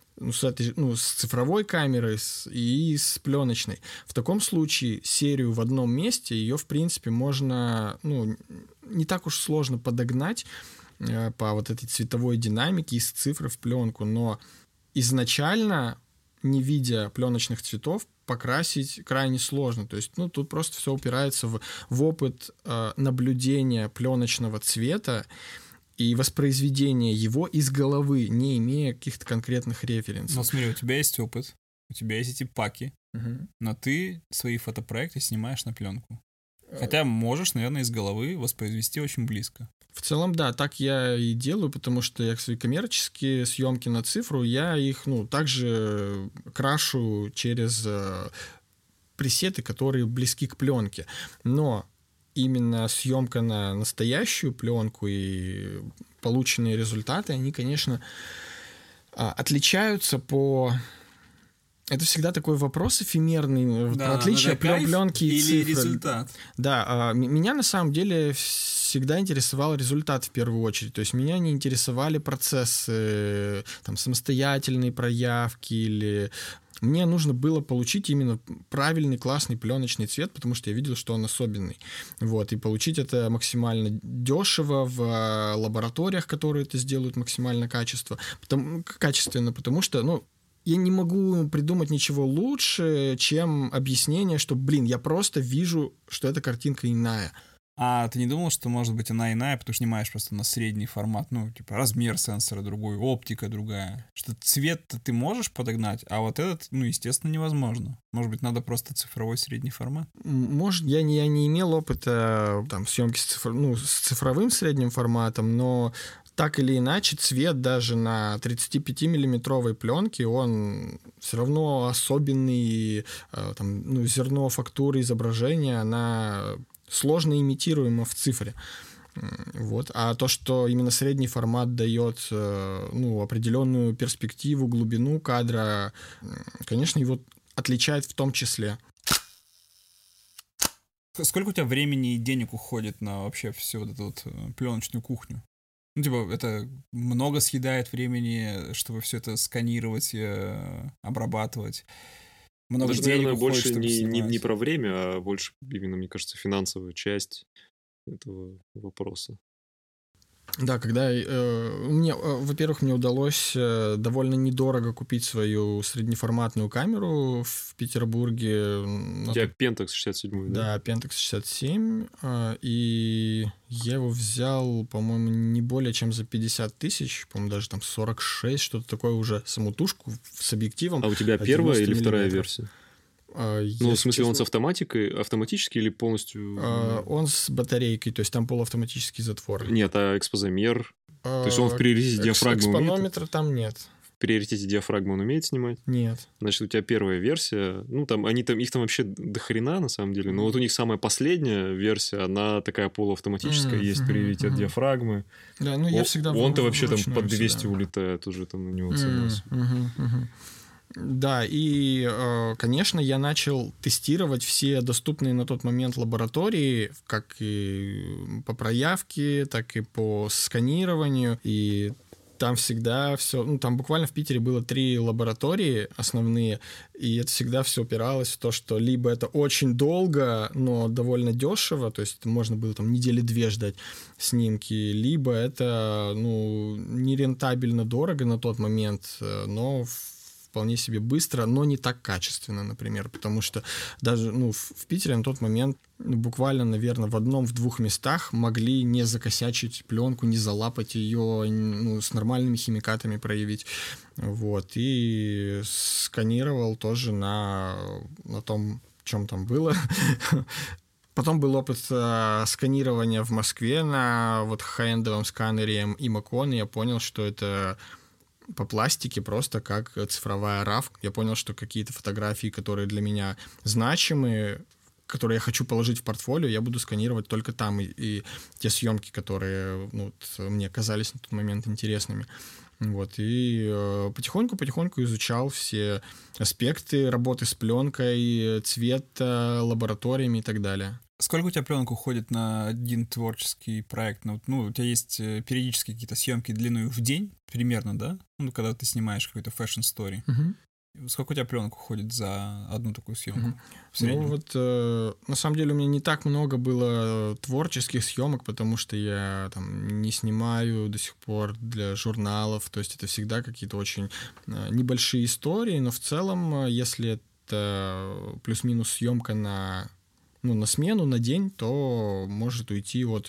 с цифровой камерой и с пленочной. В таком случае серию в одном месте, ее, в принципе, можно не так уж сложно подогнать по вот этой цветовой динамике из цифры в пленку, но изначально, не видя пленочных цветов, покрасить крайне сложно. То есть, тут просто все упирается в опыт наблюдения пленочного цвета и воспроизведения его из головы, не имея каких-то конкретных референсов. Но смотри, у тебя есть опыт, у тебя есть эти паки, но ты свои фотопроекты снимаешь на пленку. Хотя можешь, наверное, из головы воспроизвести очень близко. В целом, да, так я и делаю, потому что я свои коммерческие съемки на цифру, я их, также крашу через пресеты, которые близки к пленке. Но именно съемка на настоящую пленку и полученные результаты, они, конечно, отличаются по Это всегда такой вопрос эфемерный, Да, отличие пленки и или цифры. результат. Да, меня на самом деле всегда интересовал результат в первую очередь. То есть меня не интересовали процессы, там, самостоятельные проявки или... Мне нужно было получить именно правильный, классный пленочный цвет, потому что я видел, что он особенный. Вот, и получить это максимально дешево в лабораториях, которые это сделают максимально качественно, потому что, ну, я не могу придумать ничего лучше, чем объяснение, что, я просто вижу, что эта картинка иная. А ты не думал, что, может быть, она иная, потому что снимаешь просто на средний формат, ну, типа, размер сенсора другой, оптика другая, что цвет ты можешь подогнать, а вот этот, ну, естественно, невозможно. Может быть, надо просто цифровой средний формат? Может, я не имел опыта там съемки с цифровым средним форматом, но так или иначе, цвет даже на 35-миллиметровой пленке, он все равно особенный, там, зерно фактуры изображения, она сложно имитируема в цифре. Вот. А то, что именно средний формат дает определенную перспективу, глубину кадра, конечно, его отличает в том числе. Сколько у тебя времени и денег уходит на вообще всю вот эту вот пленочную кухню? Ну, типа, это много съедает времени, чтобы все это сканировать, обрабатывать. Много Даже, денег наверное, уходит, больше чтобы не снимать. про время, а больше именно, мне кажется, финансовая часть этого вопроса. Да, когда во-первых, мне удалось довольно недорого купить свою среднеформатную камеру в Петербурге. У тебя Pentax 67, да? Да, Pentax 67, и я его взял, по-моему, не более чем за 50 тысяч, по-моему, даже там 46, что-то такое уже, самотушку с объективом. А у тебя первая или вторая версия? В смысле, он с автоматический или полностью... Он с батарейкой, то есть там полуавтоматический затвор. Нет, а экспозамер? То есть он в приоритете диафрагмы умеет? Экспонометра там нет. В приоритете диафрагмы он умеет снимать? Нет. Значит, у тебя первая версия, их там вообще до хрена, на самом деле, но вот у них самая последняя версия, она такая полуавтоматическая, есть приоритет диафрагмы. Да, я всегда... Он-то вообще там под 200 улетает уже, там у него цена. Да, и, конечно, я начал тестировать все доступные на тот момент лаборатории, как и по проявке, так и по сканированию, и там всегда все... там буквально в Питере было 3 лаборатории основные, и это всегда все упиралось в то, что либо это очень долго, но довольно дешево, то есть можно было там недели 2 ждать снимки, либо это, нерентабельно дорого на тот момент, но вполне себе быстро, но не так качественно, например, потому что даже в Питере на тот момент буквально, наверное, в 1-2 местах могли не закосячить пленку, не залапать ее, с нормальными химикатами проявить. Вот. И сканировал тоже на том, чем там было. Потом был опыт сканирования в Москве на хай-эндовом сканере Imacon, и я понял, что это по пластике просто как цифровая RAW. Я понял, что какие-то фотографии, которые для меня значимы, которые я хочу положить в портфолио, я буду сканировать только там. И те съемки, которые мне казались на тот момент интересными. Вот. И потихоньку изучал все аспекты работы с пленкой, цвета, лабораториями и так далее. Сколько у тебя пленок уходит на один творческий проект? У тебя есть периодически какие-то съемки длиной в день, примерно, да? Когда ты снимаешь какой-то фэшн-стори. Сколько у тебя пленок уходит за одну такую съемку? На самом деле у меня не так много было творческих съемок, потому что я там не снимаю до сих пор для журналов, то есть это всегда какие-то очень небольшие истории, но в целом, если это плюс-минус съемка на смену, на день, то может уйти от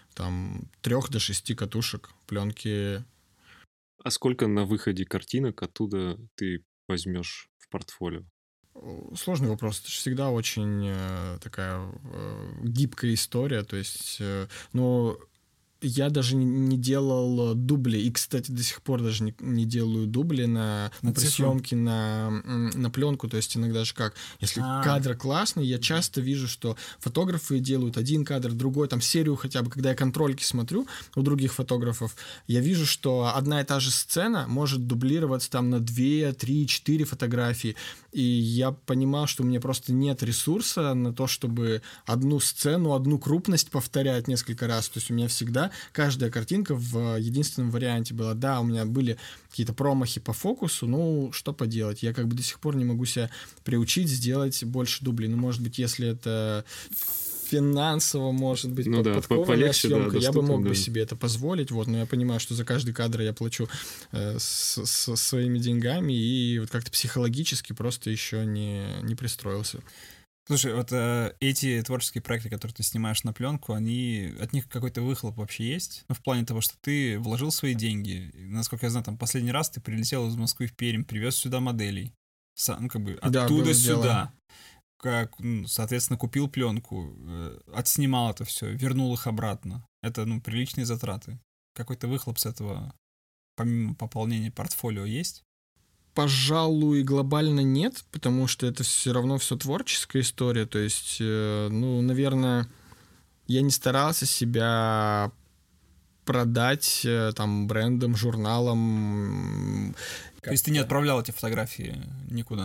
3 до 6 катушек пленки. А сколько на выходе картинок оттуда ты возьмешь в портфолио? Сложный вопрос. Это же всегда очень такая гибкая история. То есть, я даже не делал дубли. И, кстати, до сих пор даже не делаю дубли при съемке на пленку. То есть иногда же как, если кадр классный, я часто вижу, что фотографы делают один кадр, другой, там серию хотя бы, когда я контрольки смотрю у других фотографов, я вижу, что одна и та же сцена может дублироваться там на 2, 3, 4 фотографии. И я понимал, что у меня просто нет ресурса на то, чтобы одну сцену, одну крупность повторять несколько раз. То есть у меня всегда каждая картинка в единственном варианте была. Да, у меня были какие-то промахи по фокусу, ну, что поделать. Я как бы до сих пор не могу себя приучить сделать больше дублей. Ну, может быть, если это финансово, может быть, подкованная съемка, я бы мог бы себе это позволить, вот, но я понимаю, что за каждый кадр я плачу со своими деньгами, и вот как-то психологически просто еще не пристроился. Слушай, вот эти творческие проекты, которые ты снимаешь на пленку, от них какой-то выхлоп вообще есть? Ну, в плане того, что ты вложил свои деньги. Насколько я знаю, там последний раз ты прилетел из Москвы в Пермь, привез сюда моделей. Ну, как бы оттуда сюда. Соответственно, купил пленку, отснимал это все, вернул их обратно. Это, приличные затраты. Какой-то выхлоп с этого, помимо пополнения портфолио, есть? Пожалуй, глобально нет, потому что это все равно все творческая история. То есть, наверное, я не старался себя продать там брендом, журналом. То есть ты не отправлял эти фотографии никуда?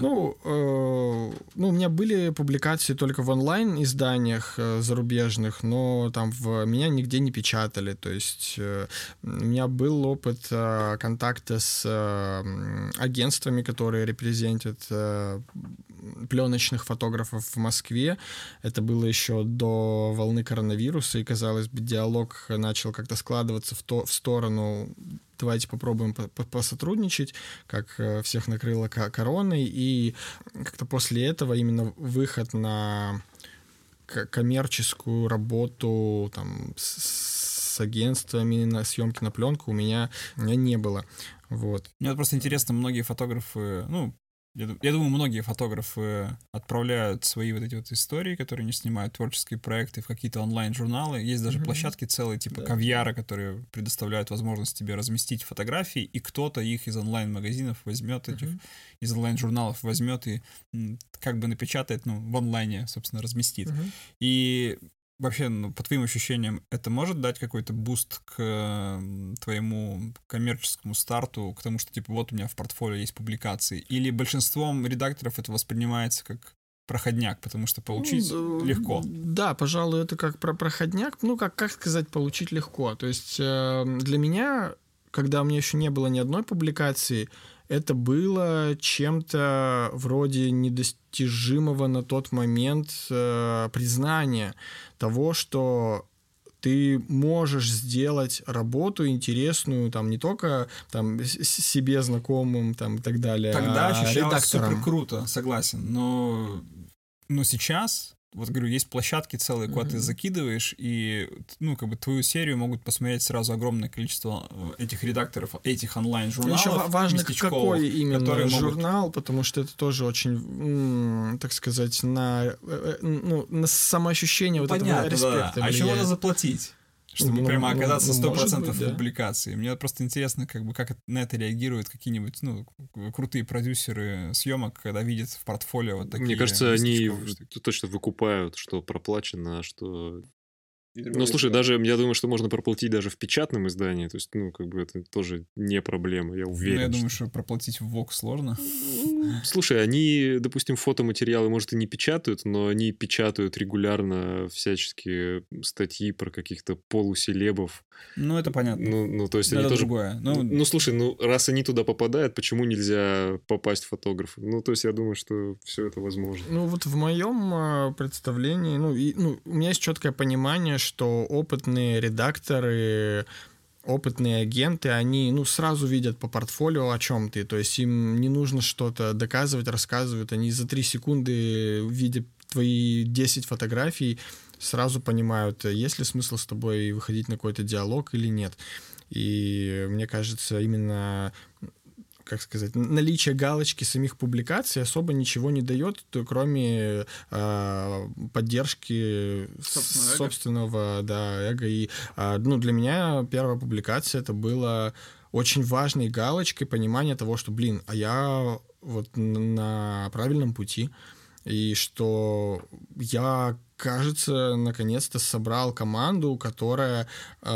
У меня были публикации только в онлайн-изданиях зарубежных, но там меня нигде не печатали. То есть у меня был опыт контакта с агентствами, которые репрезентят пленочных фотографов в Москве. Это было еще до волны коронавируса, и, казалось бы, диалог начал как-то складываться в сторону давайте попробуем посотрудничать, как всех накрыло короной, и как-то после этого именно выход на коммерческую работу там, с агентствами на съемки на пленку у меня не было. Вот. Мне просто интересно, многие фотографы, я думаю, многие фотографы отправляют свои вот эти вот истории, которые они снимают, творческие проекты в какие-то онлайн-журналы. Есть даже площадки целые, типа Кавьяра, которые предоставляют возможность тебе разместить фотографии, и кто-то их из онлайн-магазинов возьмет, из онлайн-журналов возьмет и как бы напечатает, в онлайне, собственно, разместит. И вообще, по твоим ощущениям, это может дать какой-то буст к твоему коммерческому старту, к тому, что, типа, вот у меня в портфолио есть публикации? Или большинством редакторов это воспринимается как проходняк, потому что получить легко? Да, пожалуй, это как проходняк. Как сказать, получить легко. То есть для меня, когда у меня еще не было ни одной публикации, это было чем-то вроде недостижимого на тот момент признания того, что ты можешь сделать работу интересную, там, не только там, себе знакомым там, и так далее, тогда ощущалось редакторам. Супер круто, согласен. Но сейчас... Вот, говорю, есть площадки целые, куда ты закидываешь, и, твою серию могут посмотреть сразу огромное количество этих редакторов, этих онлайн-журналов. Еще важно, какой именно журнал, потому что это тоже очень, так сказать, на самоощущение понятно, этого респекта влияет. А еще надо заплатить, чтобы прямо оказаться 100% в публикации. Мне просто интересно, как на это реагируют какие-нибудь, крутые продюсеры съемок, когда видят в портфолио вот такие. Мне кажется, они точно выкупают, что проплачено, а что... слушай, даже я думаю, что можно проплатить даже в печатном издании, то есть, это тоже не проблема, я уверен. Я думаю, что проплатить в ВОК сложно. Слушай, они, допустим, фотоматериалы, может, и не печатают, но они печатают регулярно всяческие статьи про каких-то полуселебов. Это понятно. То есть это они тоже... другое. Слушай, раз они туда попадают, почему нельзя попасть фотографу? То есть я думаю, что все это возможно. Вот в моем представлении, у меня есть четкое понимание, что опытные редакторы, опытные агенты, они сразу видят по портфолио, о чем ты. То есть им не нужно что-то доказывать, рассказывать. Они за 3 секунды, видя твои 10 фотографий, сразу понимают, есть ли смысл с тобой выходить на какой-то диалог или нет. И мне кажется, именно как сказать, наличие галочки самих публикаций особо ничего не дает, кроме поддержки собственного эго. И для меня первая публикация это было очень важной галочкой понимания того, что, а я вот на правильном пути, и что я, кажется, наконец-то собрал команду, которая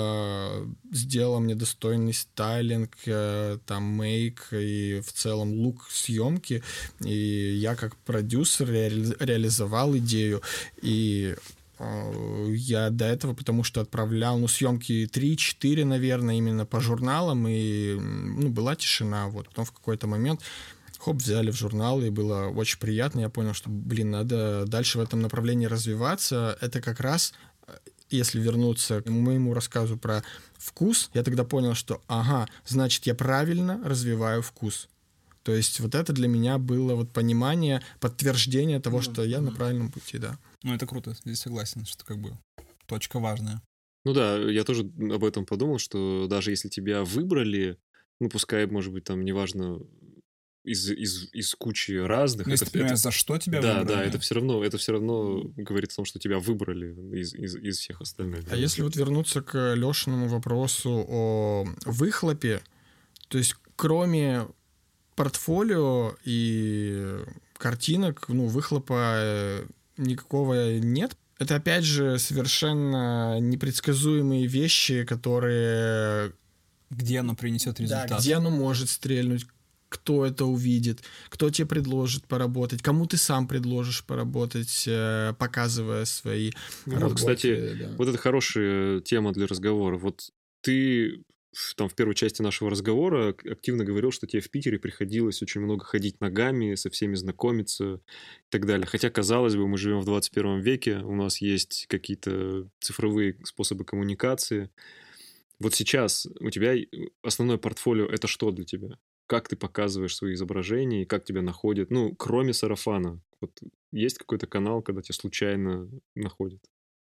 сделала мне достойный стайлинг, там, мейк и в целом лук съемки, и я как продюсер реализовал идею, и я до этого, потому что отправлял, съемки 3-4, наверное, именно по журналам, и, была тишина, вот, потом в какой-то момент взяли в журнал, и было очень приятно, я понял, что, надо дальше в этом направлении развиваться, это как раз, если вернуться к моему рассказу про вкус, я тогда понял, что, значит, я правильно развиваю вкус. То есть вот это для меня было вот понимание, подтверждение того, что я на правильном пути, да. Это круто, здесь согласен, что как бы точка важная. Я тоже об этом подумал, что даже если тебя выбрали, пускай, может быть, там, неважно, из кучи разных. Если ты понимаешь, за что тебя выбрали. Да, это все равно говорит о том, что тебя выбрали из всех остальных. А если вот вернуться к Лешиному вопросу о выхлопе, то есть кроме портфолио и картинок, выхлопа никакого нет. Это, опять же, совершенно непредсказуемые вещи, которые... Где оно принесет результат? Да, где оно может стрельнуть, кто это увидит, кто тебе предложит поработать, кому ты сам предложишь поработать, показывая свои работы. Кстати, вот это хорошая тема для разговора. Вот ты там в первой части нашего разговора активно говорил, что тебе в Питере приходилось очень много ходить ногами, со всеми знакомиться и так далее. Хотя, казалось бы, мы живем в 21 веке, у нас есть какие-то цифровые способы коммуникации. Вот сейчас у тебя основное портфолио — это что для тебя? Как ты показываешь свои изображения и как тебя находят? Кроме сарафана. Вот есть какой-то канал, когда тебя случайно находят?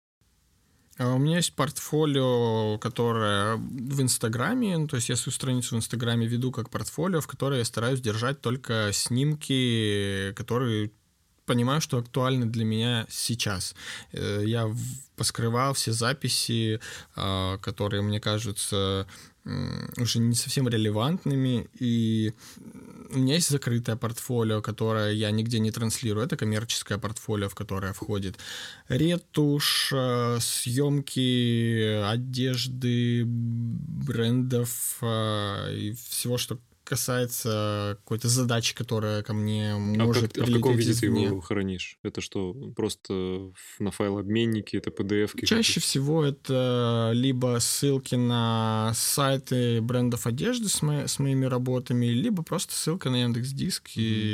У меня есть портфолио, которое в Инстаграме, то есть я свою страницу в Инстаграме веду как портфолио, в которой я стараюсь держать только снимки, которые понимаю, что актуальны для меня сейчас. Я поскрывал все записи, которые мне кажутся уже не совсем релевантными, и у меня есть закрытое портфолио, которое я нигде не транслирую. Это коммерческое портфолио, в которое входит ретушь, съемки одежды, брендов и всего, что касается какой-то задачи, которая ко мне может прилететь. А в каком виде извне. ты его хранишь? Это что, просто на файлообменнике, это PDF-ки? Чаще всего это либо ссылки на сайты брендов одежды с моими работами, либо просто ссылка на Яндекс.Диск.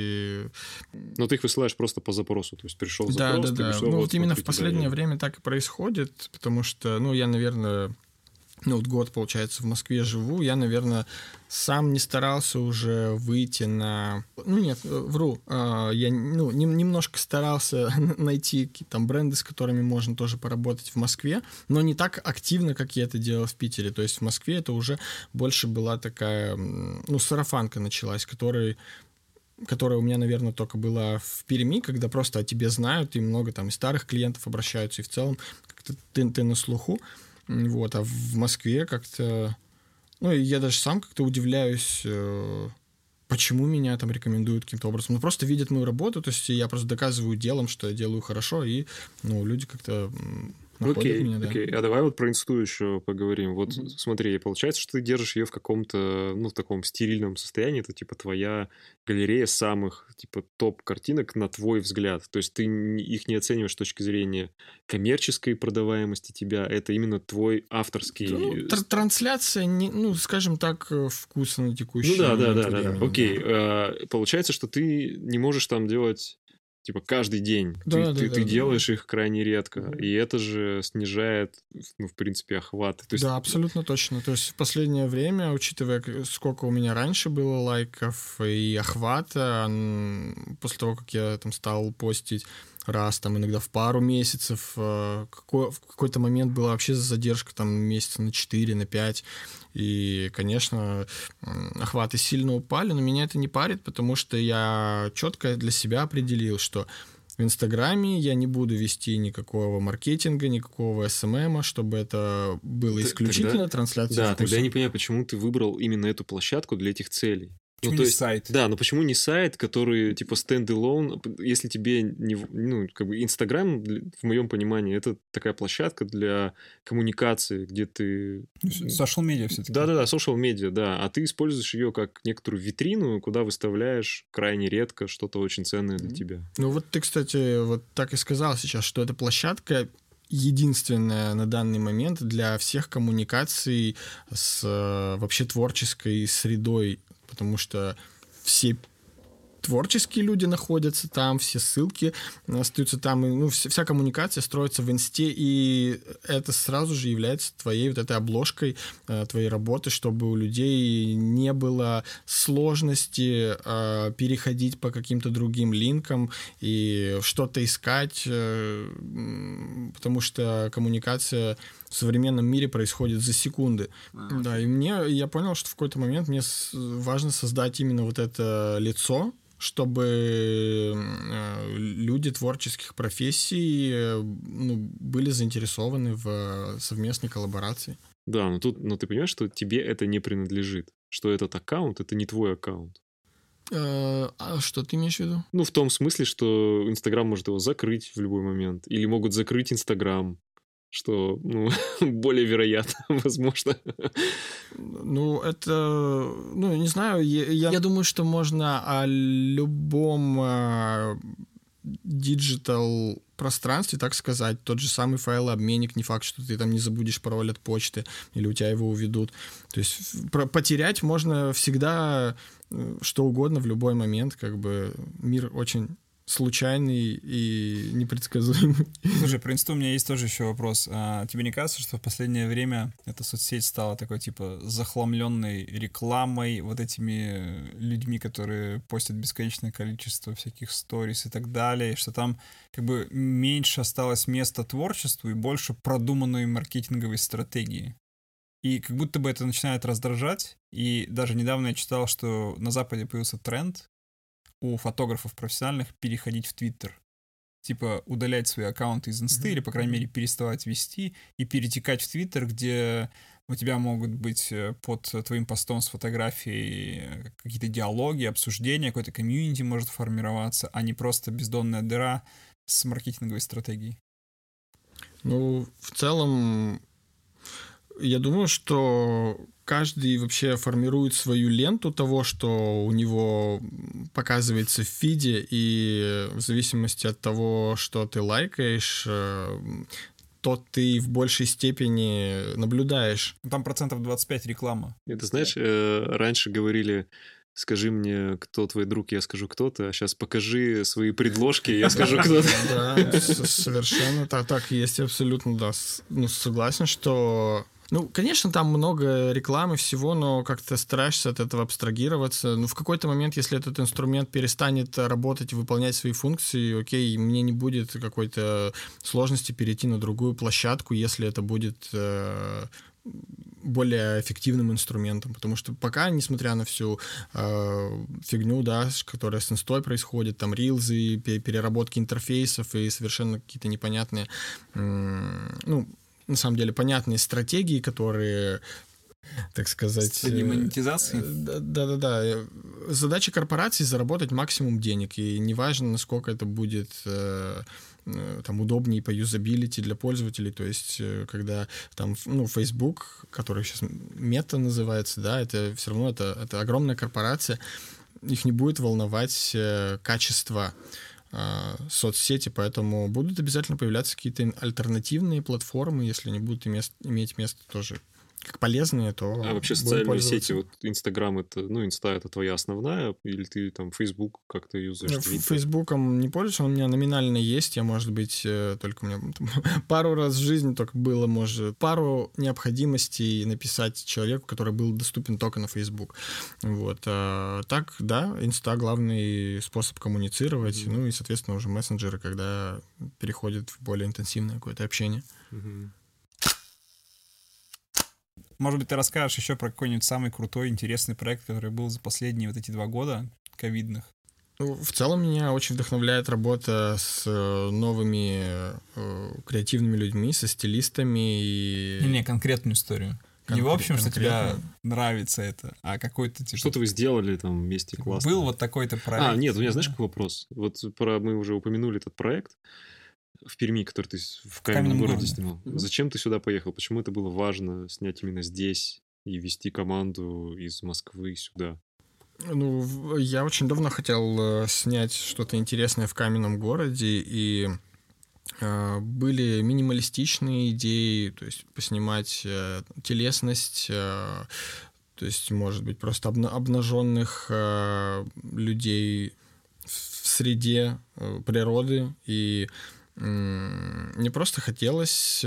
Но ты их высылаешь просто по запросу, то есть пришел запрос, да. Вот именно в последнее время так и происходит, потому что, я, наверное... год, получается, в Москве живу, я, наверное, сам не старался уже выйти на... вру. Я немножко старался найти какие-то там бренды, с которыми можно тоже поработать в Москве, но не так активно, как я это делал в Питере. То есть в Москве это уже больше была такая... сарафанка началась, которая у меня, наверное, только была в Перми, когда просто о тебе знают, и много там и старых клиентов обращаются, и в целом как-то ты на слуху. А в Москве как-то... я даже сам как-то удивляюсь, почему меня там рекомендуют каким-то образом. Просто видят мою работу, то есть я просто доказываю делом, что я делаю хорошо, и люди как-то находят меня. Да. Окей, а давай вот про инсту еще поговорим. Вот смотри, получается, что ты держишь ее в каком-то, в таком стерильном состоянии, это типа твоя галерея самых, типа, топ-картинок на твой взгляд. То есть ты их не оцениваешь с точки зрения коммерческой продаваемости тебя, это именно твой авторский... Трансляция, скажем так, вкуса на текущий момент. Окей, получается, что ты не можешь там делать... Типа каждый день. Ты делаешь их крайне редко. И это же снижает, в принципе, охват. То есть... Да, абсолютно точно. То есть в последнее время, учитывая, сколько у меня раньше было лайков и охвата, после того, как я там стал постить раз, там иногда в пару месяцев. В какой-то момент была вообще задержка там месяца на 4, на 5. И, конечно, охваты сильно упали, но меня это не парит, потому что я четко для себя определил, что в Инстаграме я не буду вести никакого маркетинга, никакого СММа, чтобы это было исключительно трансляция Да, вкуса. тогда я не понимаю, почему ты выбрал именно эту площадку для этих целей. Почему не сайт? Да, но почему не сайт, который типа стенд-алone, если тебе не... Ну, как бы Инстаграм, в моем понимании, это такая площадка для коммуникации, где ты... Social media все-таки. Да-да-да, social media, да. А ты используешь ее как некоторую витрину, куда выставляешь крайне редко что-то очень ценное для тебя. Ну вот ты, кстати, вот так и сказал сейчас, что эта площадка единственная на данный момент для всех коммуникаций с вообще творческой средой, потому что все творческие люди находятся там, все ссылки остаются там, и, ну, вся коммуникация строится в Инсте, и это сразу же является твоей вот этой обложкой твоей работы, чтобы у людей не было сложности переходить по каким-то другим линкам и что-то искать, потому что коммуникация в современном мире происходит за секунды. Да, и я понял, что в какой-то момент мне важно создать именно вот это лицо, чтобы люди творческих профессий были заинтересованы в совместной коллаборации. Да, но ты понимаешь, что тебе это не принадлежит, что этот аккаунт — это не твой аккаунт. А что ты имеешь в виду? Ну, в том смысле, что Инстаграм может его закрыть в любой момент, или могут закрыть Инстаграм, что, ну, более вероятно, возможно. Ну, это... Ну, не знаю, я думаю, что можно о любом диджитал пространстве, так сказать, тот же самый файлообменник, не факт, что ты там не забудешь пароль от почты, или у тебя его уведут. То есть потерять можно всегда что угодно в любой момент, как бы мир очень случайный и непредсказуемый. Слушай, про Инсту у меня есть тоже еще вопрос. А тебе не кажется, что в последнее время эта соцсеть стала такой, типа, захламленной рекламой, вот этими людьми, которые постят бесконечное количество всяких сторис и так далее, и что там как бы меньше осталось места творчеству и больше продуманной маркетинговой стратегии? И как будто бы это начинает раздражать. И даже недавно я читал, что на Западе появился тренд у фотографов профессиональных переходить в Твиттер. Типа удалять свои аккаунты из Инсты, или, по крайней мере, переставать вести, и перетекать в Твиттер, где у тебя могут быть под твоим постом с фотографией какие-то диалоги, обсуждения, какой-то комьюнити может формироваться, а не просто бездонная дыра с маркетинговой стратегией. Ну, в целом, я думаю, что каждый вообще формирует свою ленту того, что у него показывается в фиде, и в зависимости от того, что ты лайкаешь, то ты в большей степени наблюдаешь. Там 25% реклама. Это, знаешь, раньше говорили: скажи мне, кто твой друг, я скажу, кто ты, а сейчас покажи свои предложки, я скажу, кто ты. Да, совершенно так и есть, абсолютно, да. Ну, согласен, что... Ну, конечно, там много рекламы всего, но как-то стараешься от этого абстрагироваться. Ну, в какой-то момент, если этот инструмент перестанет работать, выполнять свои функции, окей, мне не будет какой-то сложности перейти на другую площадку, если это будет более эффективным инструментом, потому что пока, несмотря на всю фигню, да, которая с инстой происходит, там рилзы, переработки интерфейсов и совершенно какие-то непонятные, ну, на самом деле, понятные стратегии, которые, так сказать... Стратегии монетизации? Да. Задача корпорации — заработать максимум денег, и неважно, насколько это будет там удобнее по юзабилити для пользователей, то есть когда там, ну, Facebook, который сейчас Мета называется, да, это все равно это огромная корпорация, их не будет волновать качество соцсети, поэтому будут обязательно появляться какие-то альтернативные платформы, если они будут иметь место тоже как полезные, то А вообще будем социальные пользоваться. сети, вот Инстаграм это, ну, Инста это твоя основная, или ты там Фейсбук как-то юзаешь? Твиттер? Фейсбуком не пользуюсь, он у меня номинально есть, я, может быть, только у меня там пару раз в жизни только было, может, пару необходимостей написать человеку, который был доступен только на Фейсбук. Вот. А так, да, Инста — главный способ коммуницировать, ну и, соответственно, уже мессенджеры, когда переходят в более интенсивное какое-то общение. Может быть, ты расскажешь еще про какой-нибудь самый крутой, интересный проект, который был за последние вот эти 2 года ковидных? Ну, в целом меня очень вдохновляет работа с новыми креативными людьми, со стилистами. И... Не, конкретную историю. Не в общем, что тебе нравится это, а какой-то типа... Что-то вы сделали там вместе классно. Был вот такой-то проект. Нет, у меня знаешь, какой вопрос? Вот мы уже упомянули этот проект в Перми, который ты в каменном городе снимал. Зачем ты сюда поехал? Почему это было важно снять именно здесь и вести команду из Москвы сюда? Ну, я очень давно хотел снять что-то интересное в каменном городе, и были минималистичные идеи, то есть поснимать телесность, то есть, может быть, просто обнаженных людей в среде природы, и мне просто хотелось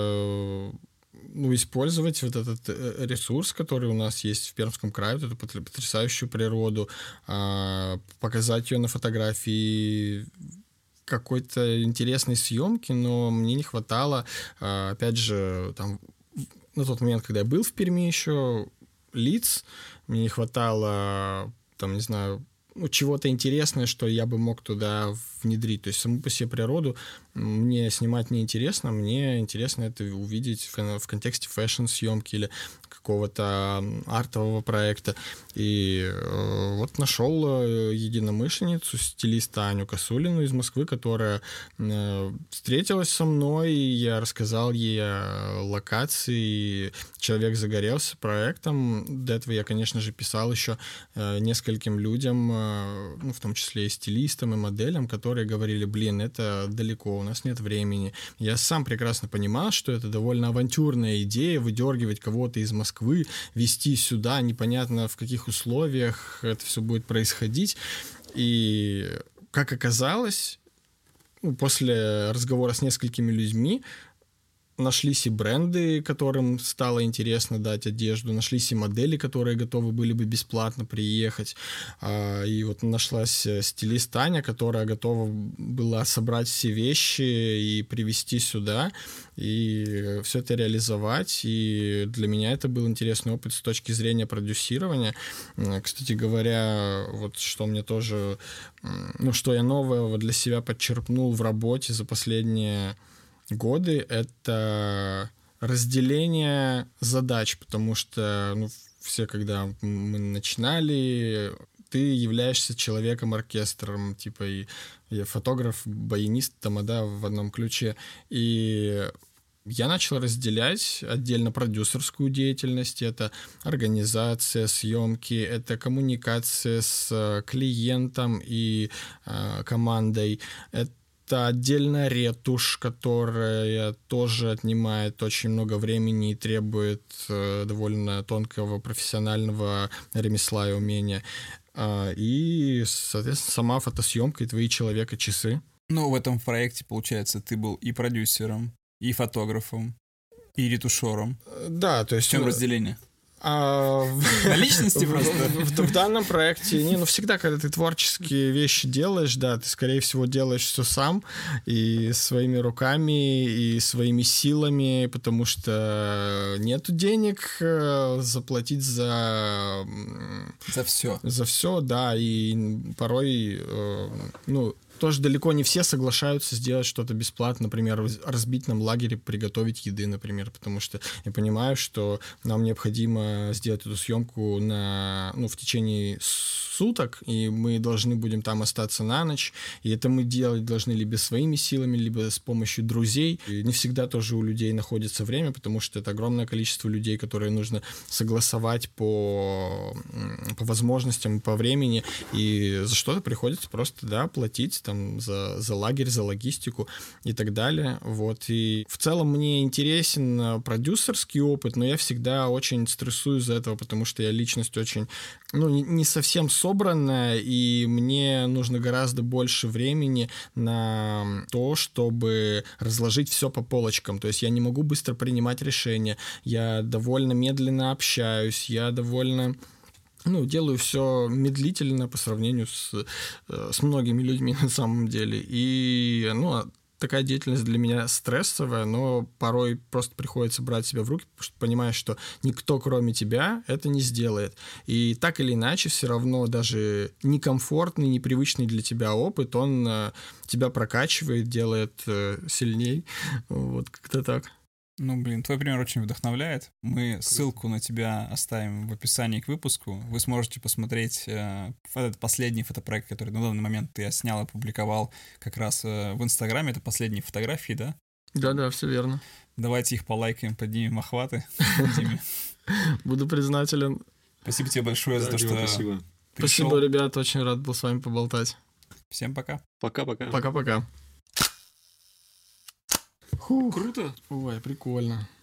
использовать вот этот ресурс, который у нас есть в Пермском крае, вот эту потрясающую природу, показать ее на фотографии, какой-то интересной съемки, но мне не хватало, опять же, там, на тот момент, когда я был в Перми еще, лиц, мне не хватало, там, не знаю, чего-то интересного, что я бы мог туда внедрить. То есть саму по себе природу мне снимать не интересно, мне интересно это увидеть в контексте фэшн-съемки или какого-то артового проекта. И вот нашел единомышленницу, стилиста Аню Косулину из Москвы, которая встретилась со мной, и я рассказал ей о локации, и человек загорелся проектом. До этого я, конечно же, писал еще нескольким людям, в том числе и стилистам, и моделям, которые говорили: блин, это далеко, у нас нет времени. Я сам прекрасно понимал, что это довольно авантюрная идея — выдергивать кого-то из Москвы, везти сюда, непонятно в каких условиях это все будет происходить. И, как оказалось, после разговора с несколькими людьми, нашлись и бренды, которым стало интересно дать одежду, нашлись и модели, которые готовы были бы бесплатно приехать. И вот нашлась стилист Таня, которая готова была собрать все вещи и привезти сюда, и все это реализовать. И для меня это был интересный опыт с точки зрения продюсирования. Кстати говоря, вот что мне тоже, что я нового для себя подчерпнул в работе за последние годы, это разделение задач, потому что все, когда мы начинали, ты являешься человеком-оркестром, типа и фотограф, баянист, тамада в одном ключе. И я начал разделять отдельно продюсерскую деятельность, это организация съемки, это коммуникация с клиентом и командой, это отдельная ретушь, которая тоже отнимает очень много времени и требует довольно тонкого профессионального ремесла и умения. И, соответственно, сама фотосъемка и твои человека-часы. В этом проекте, получается, ты был и продюсером, и фотографом, и ретушером. Да, то есть... В чем разделение? На личности просто? В данном проекте, всегда, когда ты творческие вещи делаешь, да, ты, скорее всего, делаешь все сам, и своими руками, и своими силами, потому что нету денег заплатить за все. За все, да, и порой, тоже далеко не все соглашаются сделать что-то бесплатно, например, в разбитном лагере приготовить еды, например, потому что я понимаю, что нам необходимо сделать эту съемку в течение суток, и мы должны будем там остаться на ночь, и это мы делать должны либо своими силами, либо с помощью друзей. И не всегда тоже у людей находится время, потому что это огромное количество людей, которые нужно согласовать по возможностям, по времени, и за что-то приходится просто, да, платить там за лагерь, за логистику и так далее. Вот. И в целом мне интересен продюсерский опыт, но я всегда очень стрессую из-за этого, потому что я личность очень, не совсем собранная, и мне нужно гораздо больше времени на то, чтобы разложить все по полочкам. То есть я не могу быстро принимать решения, я довольно медленно общаюсь, я довольно... делаю все медлительно по сравнению с многими людьми на самом деле. И, такая деятельность для меня стрессовая, но порой просто приходится брать себя в руки, потому что понимаешь, что никто, кроме тебя, это не сделает. И так или иначе, все равно даже некомфортный, непривычный для тебя опыт, он тебя прокачивает, делает сильней. Вот как-то так. Твой пример очень вдохновляет. Мы ссылку на тебя оставим в описании к выпуску. Вы сможете посмотреть этот последний фотопроект, который на данный момент ты снял и опубликовал как раз в Инстаграме. Это последние фотографии, да? Да, все верно. Давайте их полайкаем, поднимем охваты. Буду признателен. Спасибо тебе большое за то, что Спасибо. Спасибо, ребят, очень рад был с вами поболтать. Всем пока. Пока-пока. Пока-пока. Круто. Ой, прикольно.